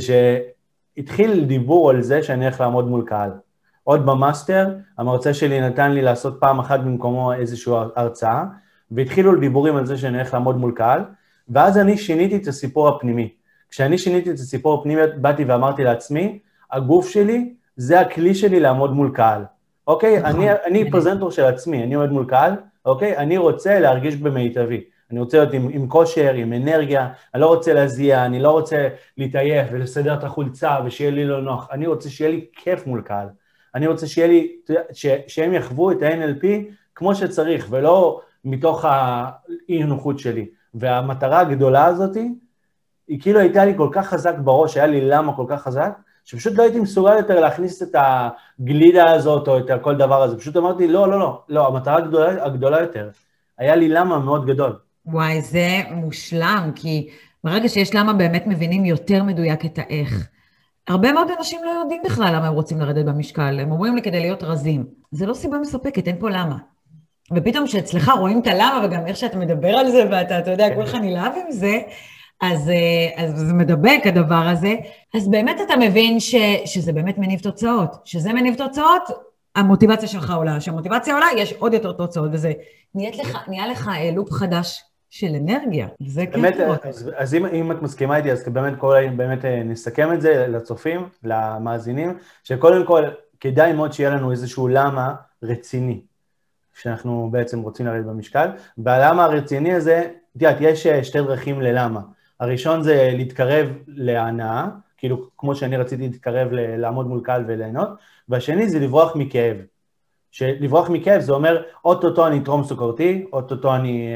שהתחיל דיבור על זה שאני הולך לעמוד מול קהל. עוד במאסטר, המרצה שלי נתן לי לעשות פעם אחת במקומו איזושהי הרצאה, והתחילו דיבורים על זה שאני הולך לעמוד מול קהל, ואז אני שיניתי את הסיפור הפנימי. כשאני שיניתי את הסיפור הפנימי, באתי ואמרתי לעצמי, הגוף שלי זה הכלי שלי לעמוד מול קהל. אוקיי? אני פרזנטור של עצמי, אני עומד מול קהל, אוקיי? אני רוצה להרגיש במיטבי. אני רוצה להיות עם כושר, עם אנרגיה, אני לא רוצה להזיע, אני לא רוצה להתעייף ולסדר את החולצה ושיהיה לי לא נוח. אני רוצה שיהיה לי כיף מול קהל. אני רוצה שיהיה לי, שהם יחוו את ה-NLP כמו שצריך, ולא מתוך האי-נוחות שלי. והמטרה הגדולה הזאת, היא כאילו הייתה לי כל כך חזק בראש, היה לי למה כל כך חזק, שפשוט לא הייתי מסוגל יותר להכניס את הגלידה הזאת או את כל דבר הזה. פשוט אמרתי, לא, המטרה הגדולה יותר. היה לי למה מאוד גדול. וואי, זה מושלם, כי ברגע שיש למה באמת מבינים יותר מדויק את האיך. הרבה מאוד אנשים לא יודעים בכלל למה הם רוצים לרדת במשקל, הם אומרים לי כדי להיות רזים. זה לא סיבה מספקת, אין פה למה. ופתאום שאצלך רואים את הלמה, וגם איך שאתה מדבר על זה, ואתה יודע, כולך נלהב עם זה, אז זה מדבק הדבר הזה, אז באמת אתה מבין שזה באמת מניב תוצאות, שזה מניב תוצאות, המוטיבציה שלך עולה, שהמוטיבציה עולה, יש עוד יותר תוצאות, וזה נהיה לך לופ חדש של אנרגיה, זה באמת, אז אם את מסכימה איתי, אז באמת נסכם את זה לצופים, למאזינים, שקודם כל כדאי מאוד שיהיה לנו איזשהו למה רציני, שאנחנו בעצם רוצים לרדת במשקל, והלמה הרציני הזה, יש שתי דרכים ללמה. הראשון זה להתקרב להנאה, כאילו כמו שאני רציתי להתקרב לעמוד מול קהל וליהנות, והשני זה לברוח מכאב. לברוח מכאב זה אומר, אוטוטו אני טרום סוכרתי, אוטוטו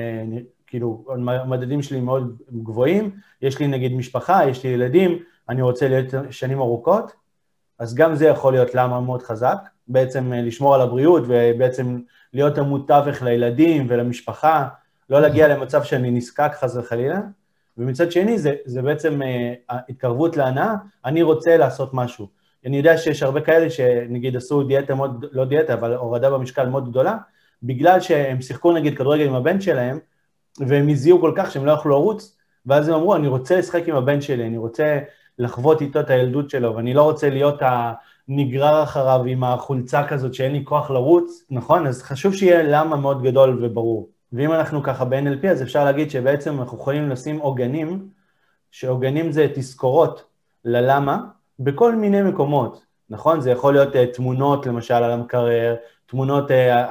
כאילו, המדדים שלי מאוד גבוהים, יש לי נגיד משפחה, יש לי ילדים, אני רוצה להיות שנים ארוכות, אז גם זה יכול להיות למה מאוד חזק, בעצם לשמור על הבריאות ובעצם להיות עמוד תווך לילדים ולמשפחה, לא להגיע למצב שאני נזקק חס וחלילה, ומצד שני זה בעצם התקרבות להנאה, אני רוצה לעשות משהו. אני יודע שיש הרבה כאלה שנגיד עשו דיאטה מאוד, לא דיאטה, אבל הורדה במשקל מאוד גדולה, בגלל שהם שיחקו נגיד כדורגל עם הבן שלהם, והם הזיעו כל כך שהם לא יכלו לרוץ, ואז הם אמרו, אני רוצה לשחק עם הבן שלי, אני רוצה לחוות איתו את הילדות שלו, ואני לא רוצה להיות הנגרר אחריו עם החולצה כזאת שאין לי כוח לרוץ, נכון? אז חשוב שיהיה למה מאוד גדול וברור. ואם אנחנו ככה ב-NLP, אז אפשר להגיד שבעצם אנחנו יכולים לשים עוגנים, שעוגנים זה תזכורות ללמה, בכל מיני מקומות, נכון? זה יכול להיות תמונות, למשל, על המקרר, תמונות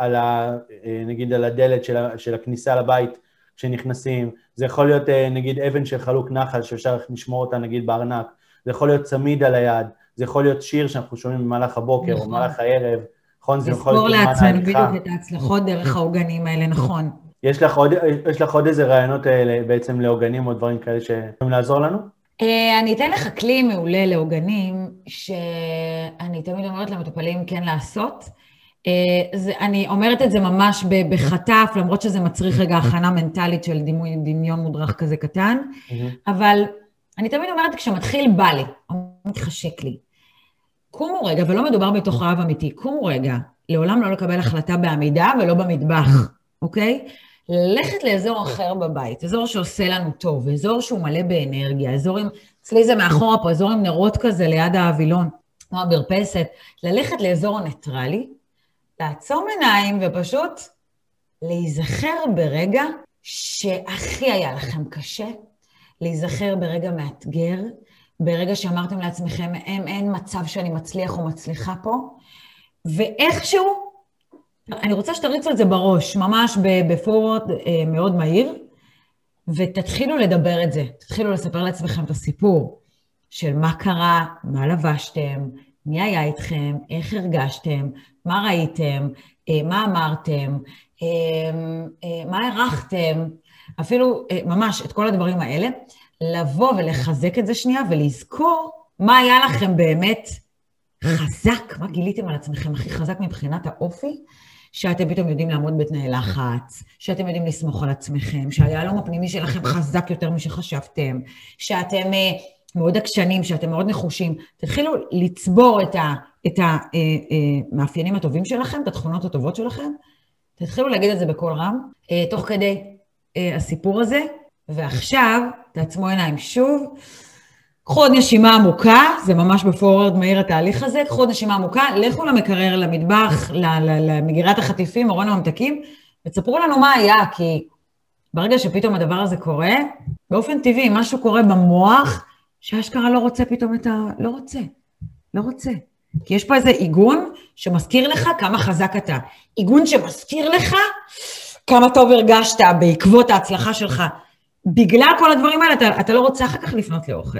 נגיד על הדלת של הכניסה לבית כשנכנסים, זה יכול להיות נגיד אבן של חלוק נחל שאפשר לשמור אותה נגיד בארנק, זה יכול להיות צמיד על היד, זה יכול להיות שיר שאנחנו שומעים במהלך הבוקר או במהלך הערב, נכון? זה יכול להיות לעצמנו בדיוק את ההצלחות דרך העוגנים האלה, נכון. יש לך עוד איזה רעיונות בעצם לעוגנים או דברים כאלה שיכולים לעזור לנו? אני אתן לך כלי מעולה לעוגנים, שאני תמיד אומרת למטופלים כן לעשות. אני אומרת את זה ממש בחטף, למרות שזה מצריך רגע הכנה מנטלית של דמיון מודרך כזה קטן, אבל אני תמיד אומרת, כשמתחיל בא לי, מתחשק לי, קומו רגע, ולא מדובר בתוך רעב אמיתי, קומו רגע, לעולם לא לקבל החלטה בעמידה ולא במטבח, אוקיי? ללכת לאזור אחר בבית, אזור שעושה לנו טוב, אזור שהוא מלא באנרגיה, אצלי זה מאחורה פה, אזור עם נרות כזה ליד האבילון, כמו המרפסת, ללכת לאזור ניטרלי, לעצום עיניים ופשוט להיזכר ברגע שהכי היה לכם קשה, להיזכר ברגע מאתגר, ברגע שאמרתם לעצמכם, אין מצב שאני מצליח או מצליחה פה, ואיכשהו, אני רוצה שתריצו את זה בראש, ממש בפורוורד מאוד מהיר, ותתחילו לדבר את זה, תתחילו לספר לעצמכם את הסיפור של מה קרה, מה לבשתם, מי היה איתכם, איך הרגשתם, מה ראיתם, מה אמרתם, מה ערכתם, אפילו ממש את כל הדברים האלה, לבוא ולחזק את זה שנייה ולזכור מה היה לכם באמת חזק, מה גיליתם על עצמכם הכי חזק מבחינת האופי, שאתם פתאום יודעים לעמוד בתנאי לחץ, שאתם יודעים לסמוך על עצמכם, שהיהלום הפנימי שלכם חזק יותר משחשבתם, שאתם מאוד עקשנים, שאתם מאוד נחושים, תתחילו לצבור את המאפיינים הטובים שלכם, את התכונות הטובות שלכם, תתחילו להגיד את זה בקול רם, תוך כדי הסיפור הזה, ועכשיו, תעצמו עיניים שוב, קחו עוד נשימה עמוקה, זה ממש בפורוורד מהיר התהליך הזה, קחו עוד נשימה עמוקה, לכו למקרר, למטבח, למגירת החטיפים, ארון הממתקים, ותספרו לנו מה היה, כי ברגע שפתאום הדבר הזה קורה, באופן טבעי, משהו קורה במוח, שהאשכרה לא רוצה פתאום לא רוצה. כי יש פה איזה עיגון שמזכיר לך כמה חזק אתה. עיגון שמזכיר לך כמה טוב הרגשת בעקבות ההצלחה שלך. בגלל כל הדברים האלה, אתה לא רוצה אחר כך לפנות לאוכל.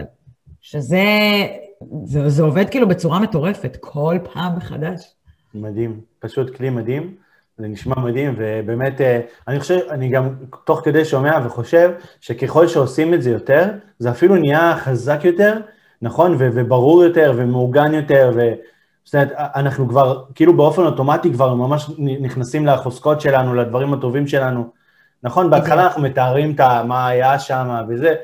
זה עובד כאילו בצורה מטורפת, כל פעם מחדש. מדהים, פשוט כלי מדהים, זה נשמע מדהים, ובאמת, אני גם תוך כדי שומע וחושב, שככל שעושים את זה יותר, זה אפילו נהיה חזק יותר, נכון? וברור יותר, ומעוגן יותר, זאת אומרת, אנחנו כבר, כאילו באופן אוטומטי, כבר ממש נכנסים לחוזקות שלנו, לדברים הטובים שלנו, נכון? בהתחלה אנחנו מתארים מה היה שם, וזה,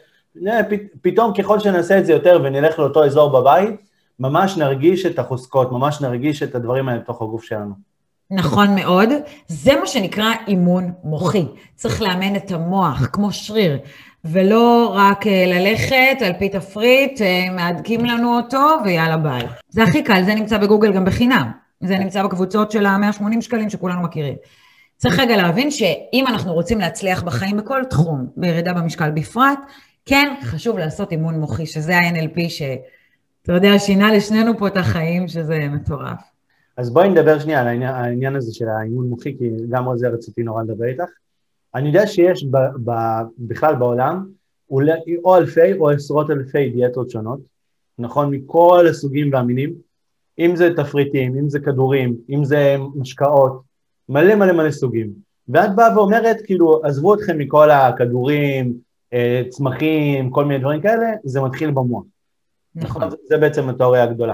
פתאום ככל שנעשה את זה יותר, ונלך לאותו אזור בבית, ממש נרגיש את החוזקות, ממש נרגיש את הדברים האלה בתוך הגוף שלנו. נכון מאוד, זה מה שנקרא אימון מוחי, צריך לאמן את המוח כמו שריר, ולא רק ללכת על פי תפריט, מעדקים לנו אותו ויאללה ביי. זה הכי קל, זה נמצא בגוגל גם בחינם, זה נמצא בקבוצות של ה-180 שקלים שכולנו מכירים. צריך רגע להבין שאם אנחנו רוצים להצליח בחיים בכל תחום, בירידה במשקל בפרט, כן חשוב לעשות אימון מוחי, שזה ה-NLP שאתה יודע, שינה לשנינו פה את החיים, שזה מטורף. אז בואי נדבר שנייה על העניין הזה של האימון מוחי, כי גם על זה רציתי נורא לדבר איתך. אני יודע שיש בכלל בעולם, או אלפי או עשרות אלפי דיאטות שונות, נכון? מכל הסוגים והמינים, אם זה תפריטים, אם זה כדורים, אם זה משקאות, מלא סוגים. ואת באה ואומרת, כאילו, עזבו אתכם מכל הכדורים, צמחים, כל מיני דברים כאלה, זה מתחיל במוח. נכון. זה בעצם התיאוריה הגדולה.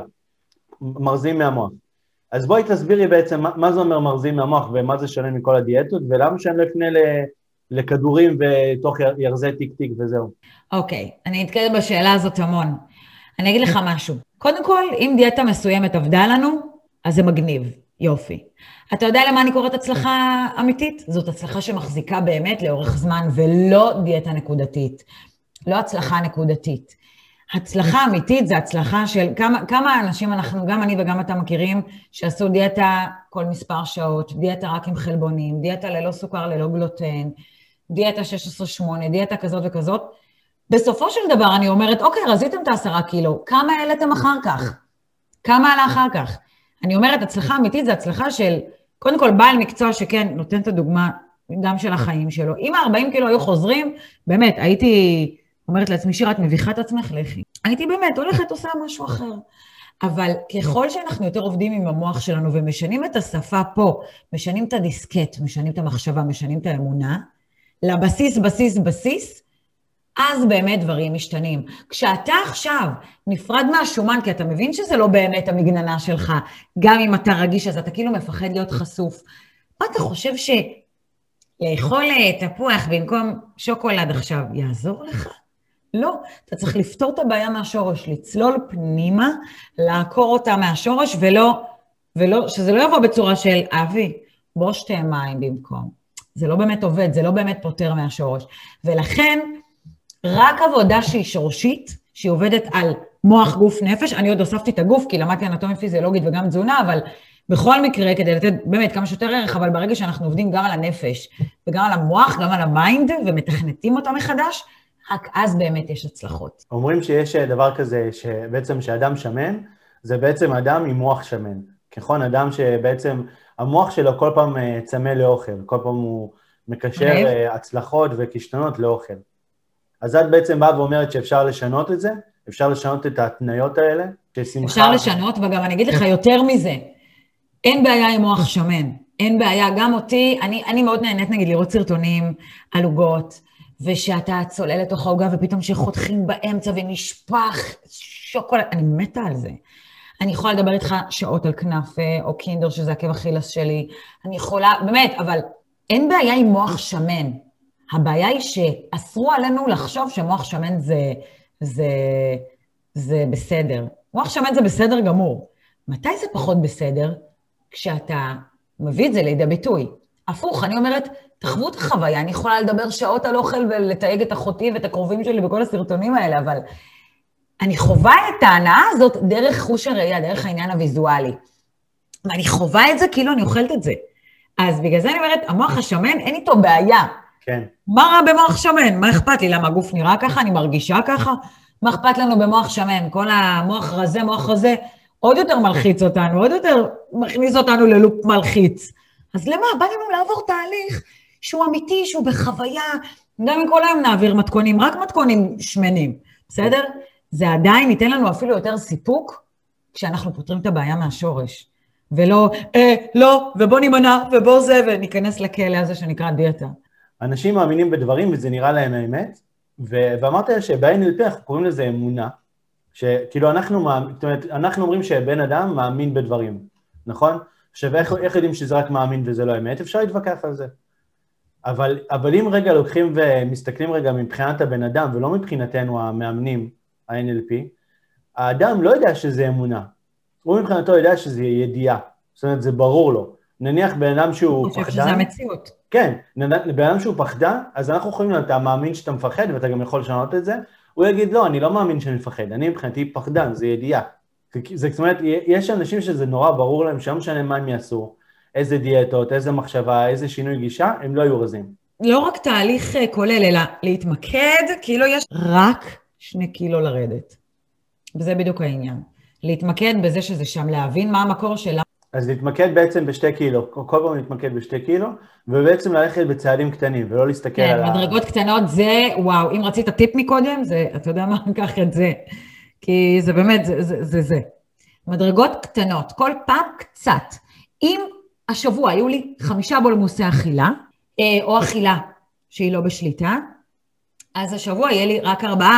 מרזים מהמוח. אז בואי תסבירי בעצם מה זה אומר מרזים מהמוח, ומה זה שונה מכל הדיאטות, ולמה שאני לא אפנה לכדורים ותוך ירזה טיק טיק וזהו. אוקיי, אני אתקדם בשאלה הזאת המון. אני אגיד לך משהו. קודם כל, אם דיאטה מסוימת עבדה לנו, אז זה מגניב. יופי. אתה יודע למה אני קוראת הצלחה אמיתית? זאת הצלחה שמחזיקה באמת לאורך זמן, ולא דיאטה נקודתית. לא הצלחה נקודתית. הצלחה אמיתית זה הצלחה של כמה אנשים אנחנו, גם אני וגם אתה מכירים, שעשו דיאטה כל מספר שעות, דיאטה רק עם חלבונים, דיאטה ללא סוכר, ללא גלוטן, דיאטה 16-8, דיאטה כזאת וכזאת. בסופו של דבר אני אומרת, אוקיי, רזיתם את 10 קילו, כמה העליתם אחר כך? כמה עלה אחר כך? אני אומרת, הצלחה אמיתית זה הצלחה של, קודם כל, בעל מקצוע שכן, נותן את הדוגמה גם של החיים שלו. אם 40 קילו היו חוזרים, באמת, הייתי אומרת לעצמי, שירה, את מביכה את עצמך, לכי. הייתי באמת הולכת, עושה משהו אחר. אבל ככל שאנחנו יותר עובדים עם המוח שלנו, ומשנים את השפה פה, משנים את הדיסקט, משנים את המחשבה, משנים את האמונה, לבסיס, אז באמת דברים משתנים. כשאתה עכשיו נפרד מהשומן, כי אתה מבין שזה לא באמת המגננה שלך, גם אם אתה רגיש, אז אתה כאילו מפחד להיות חשוף. מה אתה חושב שלאכול תפוח במקום שוקולד עכשיו יעזור לך? לא, אתה צריך לפתור את הבעיה מהשורש, לצלול פנימה, לעקור אותה מהשורש, שזה לא יבוא בצורה של אבי, בוא שתי מים במקום. זה לא באמת עובד, זה לא באמת פותר מהשורש. ולכן, רק עבודה שהיא שורשית, שהיא עובדת על מוח, גוף, נפש, אני עוד הוספתי את הגוף, כי למדתי אנטומיה פיזיולוגית וגם תזונה, אבל בכל מקרה, כדי לתת באמת כמה שיותר ערך, אבל ברגע שאנחנו עובדים גם על הנפש, וגם על המוח, גם על המיינד, ומתכנתים אותו מחדש, רק אז באמת יש הצלחות. אומרים שיש דבר כזה, שבעצם שאדם שמן, זה בעצם אדם עם מוח שמן. ככל אדם שבעצם המוח שלו כל פעם צמא לאוכל, כל פעם הוא מקשר הצלחות וכישלונות לאוכל. אז את בעצם באה ואומרת שאפשר לשנות את זה? אפשר לשנות את ההתניות האלה? אפשר לשנות, וגם אני אגיד לך יותר מזה, אין בעיה עם מוח שמן, אין בעיה, גם אותי, אני מאוד נהנית נגיד לראות סרטונים על עוגות, ושאתה צולל לתוך העוגה ופתאום שחותכים באמצע ונשפך שוקולד, אני מתה על זה. אני יכולה לדבר איתך שעות על כנאפה או קינדר שזה עקב אכילס שלי, אני יכולה, באמת, אבל אין בעיה עם מוח שמן. הבעיה היא שאסרו עלינו לחשוב שמוח שמן זה בסדר. מוח שמן זה בסדר גמור. מתי זה פחות בסדר? כשאתה מביא את זה לידי ביטוי. הפוך, אני אומרת, תחוו את החוויה, אני יכולה לדבר שעות על אוכל ולתייג את אחותי ואת הקרובים שלי בכל הסרטונים האלה, אבל אני חווה את ההנאה הזאת דרך חוש הראייה, דרך העניין הוויזואלי. ואני חווה את זה כאילו אני אוכלת את זה. אז בגלל זה אני אומרת, המוח השמן, אין איתו בעיה. כן. מה רע במוח שמן? מה אכפת לי? למה הגוף נראה ככה? אני מרגישה ככה? מה אכפת לנו במוח שמן? כל המוח רזה, מוח רזה, עוד יותר מלחיץ אותנו, עוד יותר מכניס אותנו ללופ מלחיץ. אז למה? בא לנו לעבור תהליך שהוא אמיתי, שהוא בחוויה, גם אם כל היום נעביר מתכונים, רק מתכונים שמנים, בסדר? זה עדיין ייתן לנו אפילו יותר סיפוק, כשאנחנו פותרים את הבעיה מהשורש. ולא, לא, ובוא נימנע, ובוא זה, וניכנס לכלא הזה שנקרא דיאטה. אנשים מאמינים בדברים, וזה נראה להם האמת, ואמרת שב-NLP אנחנו קוראים לזה אמונה, שכאילו אנחנו אומרים שבן אדם מאמין בדברים, נכון? עכשיו, איך יודעים שזה רק מאמין וזה לא אמת? אפשר להתווכח על זה. אבל אם רגע לוקחים ומסתכלים רגע מבחינת הבן אדם, ולא מבחינתנו המאמנים, ה-NLP, האדם לא יודע שזה אמונה. הוא מבחינתו יודע שזה ידיעה. זאת אומרת, זה ברור לו. נניח בן אדם שהוא פחדן. אני חושב שזה המציאות. כן, בן אדם שהוא פחדן, אז אנחנו יכולים לדעת, אתה מאמין שאתה מפחד, ואתה גם יכול לשנות את זה, הוא יגיד, לא, אני לא מאמין שאני מפחד, אני מבחינתי פחדן, זה ידיעה. זאת אומרת, יש אנשים שזה נורא ברור להם, שלא משנה מה הם יעשו, איזה דיאטות, איזה מחשבה, איזה שינוי גישה, הם לא יהיו רזים. לא רק תהליך כולל, אלא להתמקד, כאילו יש רק 2 קילו לרדת. וזה בדיוק העניין. להתמקד בזה שזה שם, להבין מה המקור שלה. אז להתמקד בעצם ב2 קילו, כל פעם להתמקד ב2 קילו, ובעצם ללכת בצעדים קטנים, ולא להסתכל על מדרגות קטנות זה, וואו, אם רצית טיפ מקודם, זה, אתה יודע מה, ניקח את זה. כי זה באמת, זה. מדרגות קטנות, כל פעם קצת. אם השבוע היו לי 5 בולמוסי אכילה, או אכילה שהיא לא בשליטה, אז השבוע יהיה לי רק 4,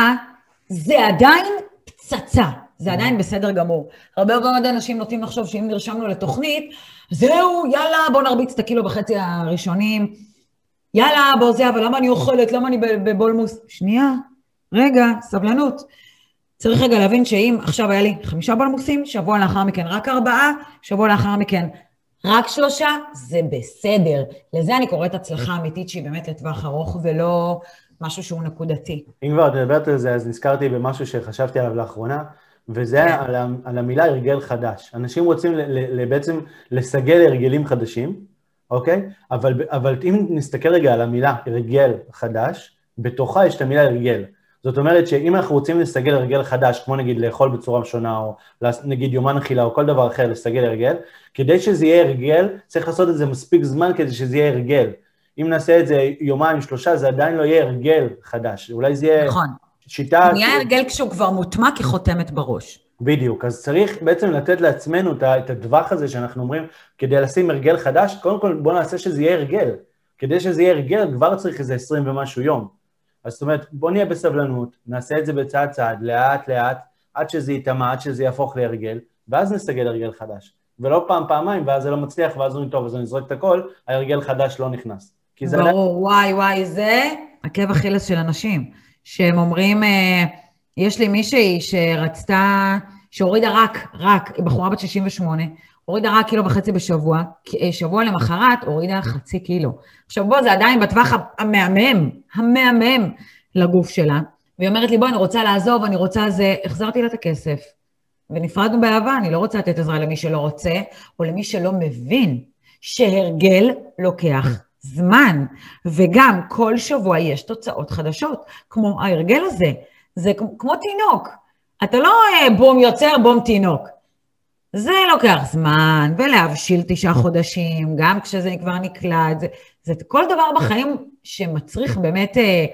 זה עדיין פצצה. זה עדיין בסדר גמור. הרבה אנשים נוטים לחשוב שאם נרשמנו לתוכנית, זהו, יאללה, בוא נרביץ את 1.5 קילו הראשונים, יאללה, בוא זה, אבל למה אני אוכלת, למה אני בבולמוס? שנייה, רגע, סבלנות. צריך רגע להבין שאם עכשיו היה לי 5 בולמוסים, שבוע לאחר מכן רק 4, שבוע לאחר מכן רק 3, זה בסדר. לזה אני קוראת הצלחה אמיתית שהיא באמת לטווח ארוך ולא משהו שהוא נקודתי. אם כבר את מדברת על זה, אז נזכרתי במשהו שחשבתי עליו לאחרונה, וזה על המילה הרגל חדש. אנשים רוצים בעצם לסגל הרגלים חדשים, אוקיי? אבל אם נסתכל רגע על המילה הרגל חדש, בתוכה יש את המילה הרגל. זאת אומרת שאם אנחנו רוצים לסגל הרגל חדש, כמו נגיד לאכול בצורה שונה, או נגיד יומן אכילה, או כל דבר אחר לסגל הרגל, כדי שזה יהיה הרגל, צריך לעשות את זה מספיק זמן כדי שזה יהיה הרגל. אם נעשה את זה 2-3, זה עדיין לא יהיה הרגל חדש. אולי זה יהיה שיטה... זה נהיה הרגל כשהוא כבר מוטמע כחותמת בראש. בדיוק, אז צריך בעצם לתת לעצמנו את הדווח הזה שאנחנו אומרים, כדי לשים הרגל חדש, קודם כל בוא נעשה שזה יהיה הרגל. כדי שזה יהיה הרגל, כבר צריך איזה 20 ומשהו יום. אז זאת אומרת, בוא נהיה בסבלנות, נעשה את זה בצעד צעד, לאט לאט, עד שזה יתאמה, עד שזה יהפוך להרגל, ואז נסגל הרגל חדש. ולא פעמיים, ואז זה לא מצליח, ואז הוא טוב, אז אני זורק את הכל, ההרגל חדש לא נכנס. ברור, וואי, זה עקב אכילס של אנשים, שהם אומרים, יש לי מישהי שרצתה, שהורידה רק, בחורה בת 68, הורידה רק 1.5 קילו בשבוע, שבוע למחרת הורידה 0.5 קילו. עכשיו בוא, זה עדיין בטווח המהמם לגוף שלה, והיא אומרת לי, בוא, אני רוצה לעזוב, אני רוצה זה, החזרתי לה את הכסף, ונפרדנו באהבה, אני לא רוצה לתת עזרה למי שלא רוצה, או למי שלא מבין, שהרגל לוקח זמן, וגם כל שבוע יש תוצאות חדשות, כמו ההרגל הזה, זה כמו תינוק, אתה לא בום יוצר, בום תינוק, זה לוקח זמן, ולהבשיל 9 חודשים, גם כשזה כבר נקלט, זה כל דבר בחיים שמצריך באמת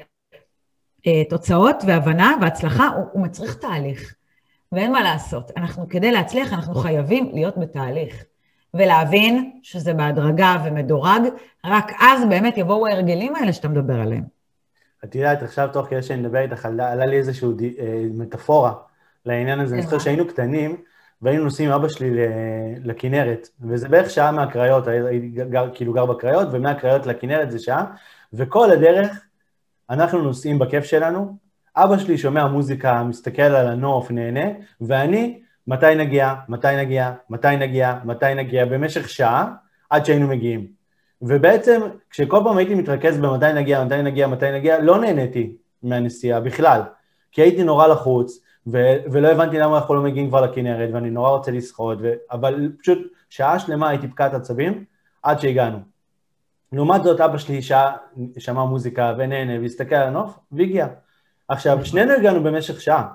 תוצאות והבנה והצלחה, הוא מצריך תהליך, ואין מה לעשות, כדי להצליח אנחנו חייבים להיות בתהליך, ולהבין שזה בהדרגה ומדורג, רק אז באמת יבואו ההרגלים האלה שאתה מדבר עליהם. את יודעת, עכשיו תוך כדי שאני מדבר איתך, עלה לי איזושהי מטאפורה לעניין הזה, אני זוכר שהיינו קטנים, והיינו נוסעים עם אבא שלי לכנרת, וזה בערך שעה מהקריות, כאילו גר בקריות, ומהקריות לכנרת זה שעה, וכל הדרך אנחנו נוסעים בכיף שלנו, אבא שלי שומע מוזיקה, מסתכל על הנוף, נהנה, ואני, מתי נגיע, במשך שעה, עד שהיינו מגיעים. ובעצם, כשכל פעם הייתי מתרכז במתי נגיע, לא נהניתי מהנסיעה בכלל, כי הייתי נורא לחוץ, ולא הבנתי למה אנחנו לא מגיעים כבר לכנרת, ואני נורא רוצה לשחות, אבל פשוט שעה שלמה הייתי פקעת עצבים, עד שהגענו. לעומת זאת, אבא שלי שמע מוזיקה ונהנה, והסתכל על הנוף, והגיע. עכשיו, שנינו הגענו במשך שעה,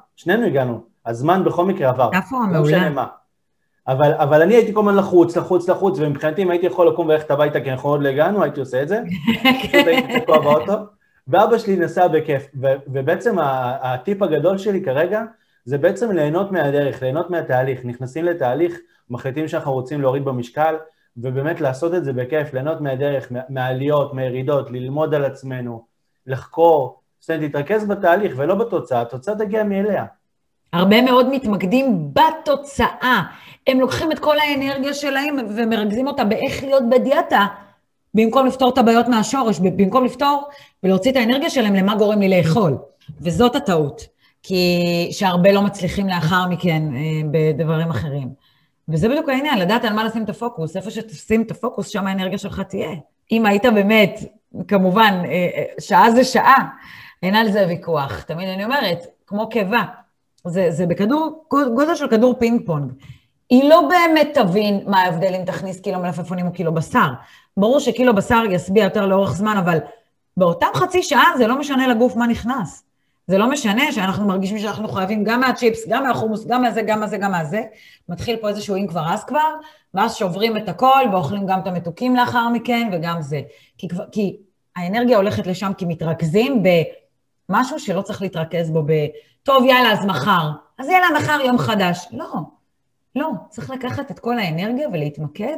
הזמן בכל מקרה עבר. איפה המעולה? אבל אני הייתי כל הזמן לחוץ, ומבחינתי אם הייתי יכול לקום וללכת הביתה, כי אנחנו עוד לא הגענו, הייתי עושה את זה, פשוט הייתי תקוע באוטו, ואבא שלי נסע בכיף, ובעצם הטיפ הגדול שלי כרגע, זה בעצם ליהנות מהדרך, ליהנות מהתהליך, נכנסים לתהליך, מחליטים שאנחנו רוצים להוריד במשקל, ובאמת לעשות את זה בכיף, ליהנות מהדרך, מהעליות, מהירידות, ללמוד על עצמנו, לחקור, זאת אומרת, להתרכז בתהליך ולא בתוצאה, התוצאה תגיע מאליה. הרבה מאוד מתמקדים בתוצאה, הם לוקחים את כל האנרגיה שלהם ומרכזים אותה באיך להיות בדיאטה, במקום לפתור את הבעיות מהשורש, במקום לפתור ולהוציא את האנרגיה שלהם למה גורם לי לאכול, וזאת הטעות, כי שהרבה לא מצליחים לאחר מכן בדברים אחרים. וזה בדיוק העניין, לדעת על מה לשים את הפוקוס, איפה שתשים את הפוקוס, שם האנרגיה שלך תהיה. אם היית באמת, כמובן, שעה זה שעה, אין על זה ויכוח. תמיד אני אומרת, כמו קיבה, זה גודל של כדור פינג פונג. היא לא באמת תבין מה ההבדל אם תכניס קילו מלפפונים או קילו בשר. ברור שקילו בשר יסביע יותר לאורך זמן, אבל באותם חצי שעה זה לא משנה לגוף מה נכנס. זה לא משנה שאנחנו מרגישים שאנחנו חייבים גם מהצ'יפס, גם מהחומוס, גם מהזה, גם מהזה, גם מהזה. מתחיל פה איזשהו אם כבר אז כבר, ואז שוברים את הכל ואוכלים גם את המתוקים לאחר מכן וגם זה. כי האנרגיה הולכת לשם כי מתרכזים במשהו שלא צריך להתרכז בו טוב, יאללה, אז מחר. אז יאללה, מחר יום חדש. לא, צריך לקחת את כל האנרגיה ולהתמקד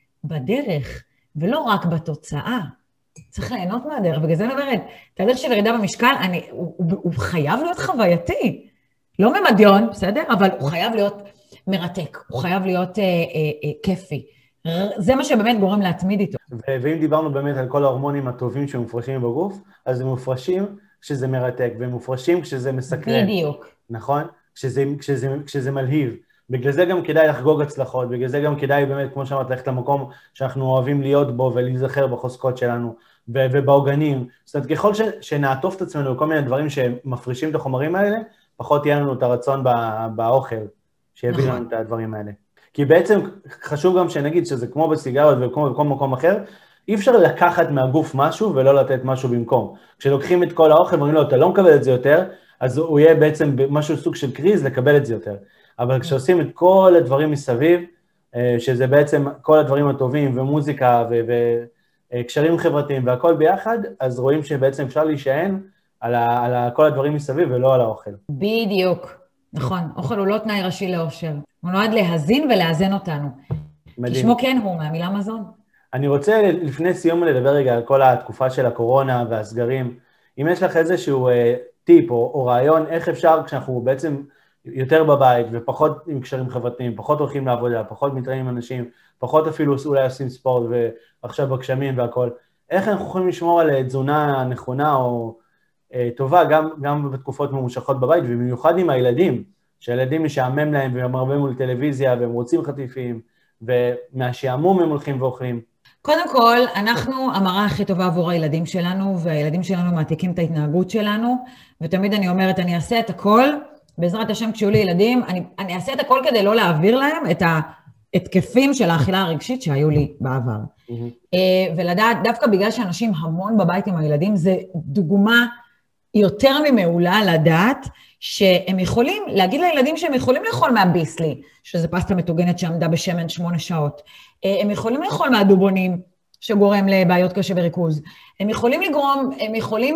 בדרך, ולא רק בתוצאה. צריך ליהנות מהדרך, בגלל זה אני אומרת, תהליך של ירידה במשקל, הוא חייב להיות חווייתי. לא ממדיון, בסדר? אבל הוא חייב להיות מרתק, הוא חייב להיות כיפי. זה מה שבאמת גורם להתמיד איתו. ואם דיברנו באמת על כל ההורמונים הטובים שמופרשים בגוף, אז הם מופרשים כשזה מרתק, והם מופרשים כשזה מסקרן. בדיוק. נכון? כשזה מלהיב. בגלל זה גם כדאי לחגוג הצלחות, בגלל זה גם כדאי באמת, כמו שאמרת, ללכת למקום שאנחנו אוהבים להיות בו ולהיזכר בחוזקות שלנו ובעוגנים. זאת אומרת, ככל שנעטוף את עצמנו בכל מיני דברים שמפרישים את החומרים האלה, פחות יהיה לנו את הרצון באוכל שיביא לנו את הדברים האלה. כי בעצם חשוב גם שנגיד שזה כמו בסיגריות וכמו בכל מקום אחר, אי אפשר לקחת מהגוף משהו ולא לתת משהו במקום. כשלוקחים את כל האוכל ואומרים לו, אתה לא מקבל את זה יותר, אז הוא יהיה בעצם משהו סוג של קריז לקבל את זה יותר. אבל כשעושים את כל הדברים מסביב, שזה בעצם כל הדברים הטובים ומוזיקה וקשרים חברתיים והכל ביחד, אז רואים שבעצם אפשר להישען על כל הדברים מסביב ולא על האוכל. בדיוק, נכון. אוכל הוא לא תנאי ראשי לאושר. הוא נועד להזין ולאזן אותנו. מדהים. כשמו כן הוא, מהמילה מזון. אני רוצה לפני סיום לדבר רגע על כל התקופה של הקורונה והסגרים. אם יש לך איזשהו טיפ או רעיון, איך אפשר כשאנחנו בעצם יותר בבית ופחות עם קשרים חברתיים, פחות הולכים לעבודה, פחות מתראים עם אנשים, פחות אפילו אולי עושים ספורט ועכשיו בגשמים והכל, איך אנחנו יכולים לשמור על תזונה נכונה או טובה גם בתקופות ממושכות בבית, ובמיוחד עם הילדים, שהילדים משעמם להם והם הרבה מול טלוויזיה והם רוצים חטיפים, ומהשעמום הם הולכים ואוכלים. קודם כל, אנחנו המראה הכי טובה עבור הילדים שלנו, והילדים שלנו מעתיקים את ההתנהגות שלנו, ותמיד אני אומרת, אני אעשה את הכל, בעזרת השם כשיהיו לי ילדים, אני אעשה את הכל כדי לא להעביר להם את ההתקפים של האכילה הרגשית שהיו לי בעבר. ולדעת, דווקא בגלל שאנשים המון בבית עם הילדים, זה דוגמה יותר ממעולה לדעת שהם יכולים, להגיד לילדים שהם יכולים לאכול מהביסלי, שזה פסטה מטוגנת שעמדה בשמן 8 שעות. הם יכולים לאכול מהדובונים, שגורם לבעיות קשה בריכוז. הם יכולים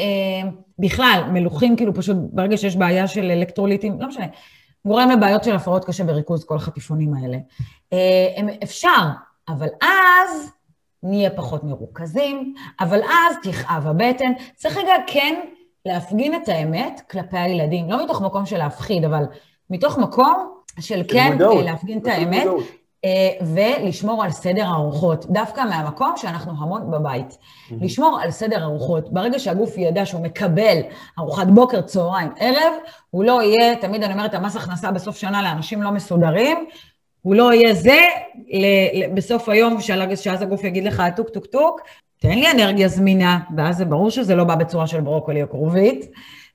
בכלל, מלוכים כאילו פשוט, ברגע שיש בעיה של אלקטרוליטים, לא משנה, גורם לבעיות של הפרעות קשה בריכוז, כל החטיפונים האלה. אפשר, אבל אז נהיה פחות מרוכזים, אבל אז תכאב הבטן. צריך רגע כן להפגין את האמת כלפי הילדים, לא מתוך מקום של להפחיד, אבל מתוך מקום של כן להפגין את האמת, ולשמור על סדר הארוחות, דווקא מהמקום שאנחנו המון בבית. לשמור על סדר הארוחות. ברגע שהגוף ידע שהוא מקבל ארוחת בוקר, צהריים, ערב, הוא לא יהיה, תמיד אני אומרת, המס הכנסה בסוף שנה לאנשים לא מסודרים, הוא לא יהיה זה בסוף היום, שאז הגוף יגיד לך, טוק, טוק, טוק, תן לי אנרגיה זמינה, ואז זה ברור שזה לא בא בצורה של ברוקולי או כרובית.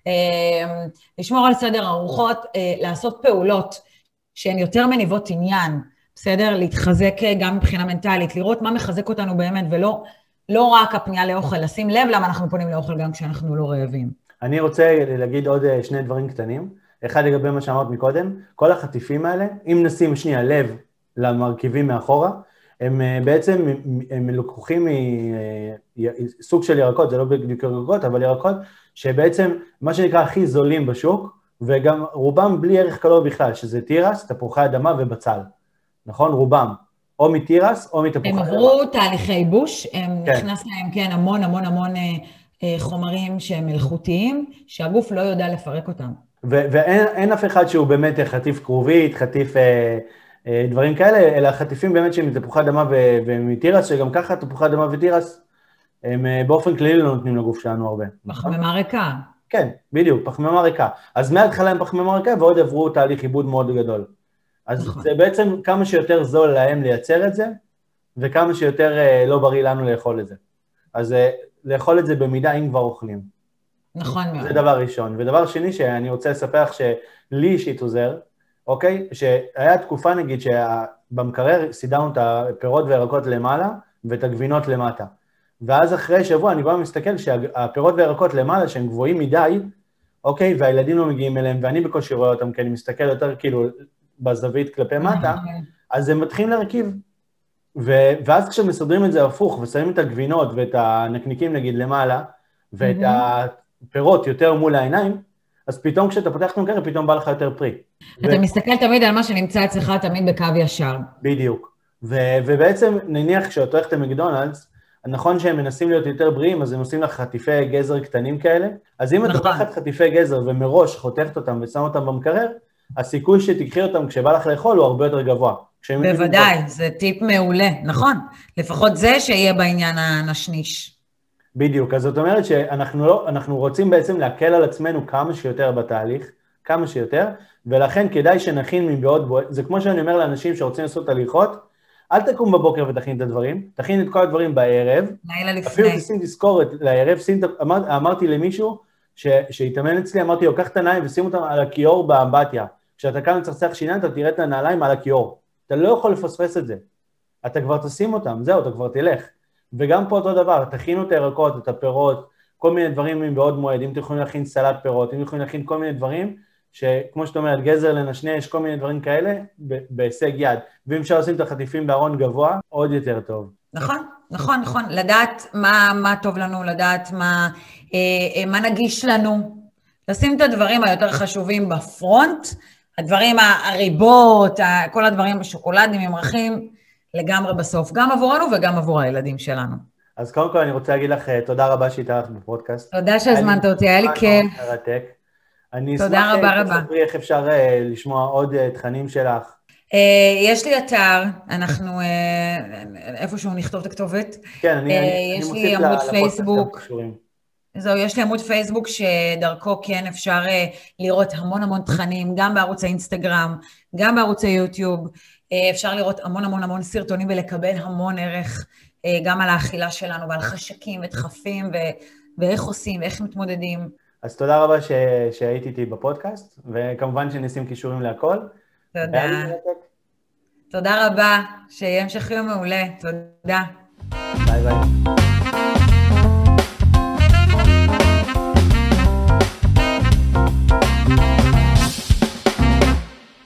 לשמור על סדר ארוחות, לעשות פעולות שהן יותר מניבות עניין, בסדר? להתחזק גם מבחינה מנטלית, לראות מה מחזק אותנו באמת, ולא רק הפנייה לאוכל, לשים לב למה אנחנו פונים לאוכל גם כשאנחנו לא רעבים. אני רוצה להגיד עוד שני דברים קטנים. אחד לגבי מה שאמרת מקודם, כל החטיפים האלה, אם נשים שנייה לב למרכיבים מאחורה, הם בעצם הם לקוחים מסוג של ירקות, זה לא בדיוק ירקות, אבל ירקות שבעצם מה שנקרא הכי זולים בשוק, וגם רובם בלי ערך קלורי בכלל, שזה תירס, תפוחי אדמה ובצל. נכון? רובם. או מתירס או מתפוחי אדמה. הם עברו תהליכי ייבוש, הם נכנס להם כן המון חומרים שהם מלאכותיים, שהגוף לא יודע לפרק אותם. ואין אף אחד שהוא באמת חטיף כרובית, חטיף דברים כאלה, אלא חטיפים באמת שהם מתפוחי אדמה ומתירס, שגם ככה תפוחי אדמה ותירס, הם באופן כללי לא נותנים לגוף שלנו הרבה. פחמימה ריקה. כן, בדיוק, פחמימה ריקה. אז מההתחלה הם פחמימה ריקה, ועוד עברו תהליך עיבוד מאוד גדול. אז זה בעצם כמה שיותר זול להם לייצר את זה, וכמה שיותר לא בריא לנו לאכול את זה. אז לאכול את זה במידה אם כבר אוכלים. נכון מאוד. זה דבר ראשון. ודבר שני שאני רוצה לספר לך שלי אישית עוזר, אוקיי? שהיה תקופה נגיד שבמקרר סידרנו את הפירות וירקות למעלה ואת הגבינות למטה. ואז אחרי שבוע אני בא ומסתכל שהפירות וירקות למעלה שהם גבוהים מדי, אוקיי? והילדים לא מגיעים אליהם ואני בקושי רואה אותם כי אני מסתכל יותר כאילו בזווית כלפי מטה, אז הם מתחילים להרכיב. ואז כשמסדרים את זה הפוך ושמים את הגבינות ואת הנקניקים נגיד למעלה, ואת הפירות יותר מול העיניים, אז פתאום כשאתה פותח את המקרר, פתאום בא לך יותר פרי. אתה מסתכל תמיד על מה שנמצא אצלך תמיד בקו ישר. בדיוק. ובעצם נניח כשאתה הולכת למקדונלדס, נכון שהם מנסים להיות יותר בריאים, אז הם עושים לך חטיפי גזר קטנים כאלה, אז אם אתה לוקחת חטיפי גזר ומראש חותכת אותם ושם אותם במקרר, הסיכוי שתקחי אותם כשבא לך לאכול הוא הרבה יותר גבוה. בוודאי, זה טיפ מעולה, נכון. לפחות זה שיהיה בעניין הנשניש. בדיוק, אז זאת אומרת שאנחנו רוצים בעצם להקל על עצמנו כמה שיותר בתהליך, כמה שיותר, ולכן כדאי שנכין מבעוד בועט, זה כמו שאני אומר לאנשים שרוצים לעשות הליכות, אל תקום בבוקר ותכין את הדברים, תכין את כל הדברים בערב, אפילו תשים תזכורת לערב, אמרתי למישהו שהתאמן אצלי, אמרתי לו, קח את הנעליים ושים אותם על הכיור באמבטיה, כשאתה כאן מצחצח שיניים, אתה תראה את הנעליים על הכיור, אתה לא יכול לפספס את זה, אתה כבר תשים אותם, זהו, אתה כבר תלך. וגם פה אותו דבר, תכינו את הירקות, את הפירות, כל מיני דברים מבעוד מועד, אם אתם יכולים להכין סלט פירות, אם יכולים להכין כל מיני דברים, שכמו שאתה אומרת, גזר לנשנש, כל מיני דברים כאלה, בהישג יד. ואם אפשר לשים את החטיפים בארון גבוה, עוד יותר טוב. נכון, נכון, נכון. לדעת מה טוב לנו, לדעת מה נגיש לנו. לשים את הדברים היותר חשובים בפרונט, הדברים, הריבות, כל הדברים בשוקולדים, ממרחים, לגמרי בסוף, גם עבורנו וגם עבור הילדים שלנו. אז קודם כל אני רוצה להגיד לך תודה רבה שהתארחת בפודקאסט. תודה שהזמנת אותי, היה לי כיף. אני אשמח שתספרי איך אפשר לשמוע עוד תכנים שלך. יש לי אתר, אנחנו איפשהו נכתוב את הכתובת. כן, אני יש מוסיף לי עמוד לפודקאסט פייסבוק. קישורים. זהו, יש לי עמוד פייסבוק שדרכו כן אפשר לראות המון תכנים, גם בערוץ האינסטגרם, גם בערוץ היוטיוב. אפשר לראות המון סרטונים ולקבל המון ערך גם על האכילה שלנו ועל חשקים ודחפים ואיך עושים ואיך מתמודדים. אז תודה רבה שהייתי איתי בפודקאסט, וכמובן שנשים קישורים להכל. תודה. תודה רבה, שיהיה המשך יום מעולה. תודה. ביי ביי.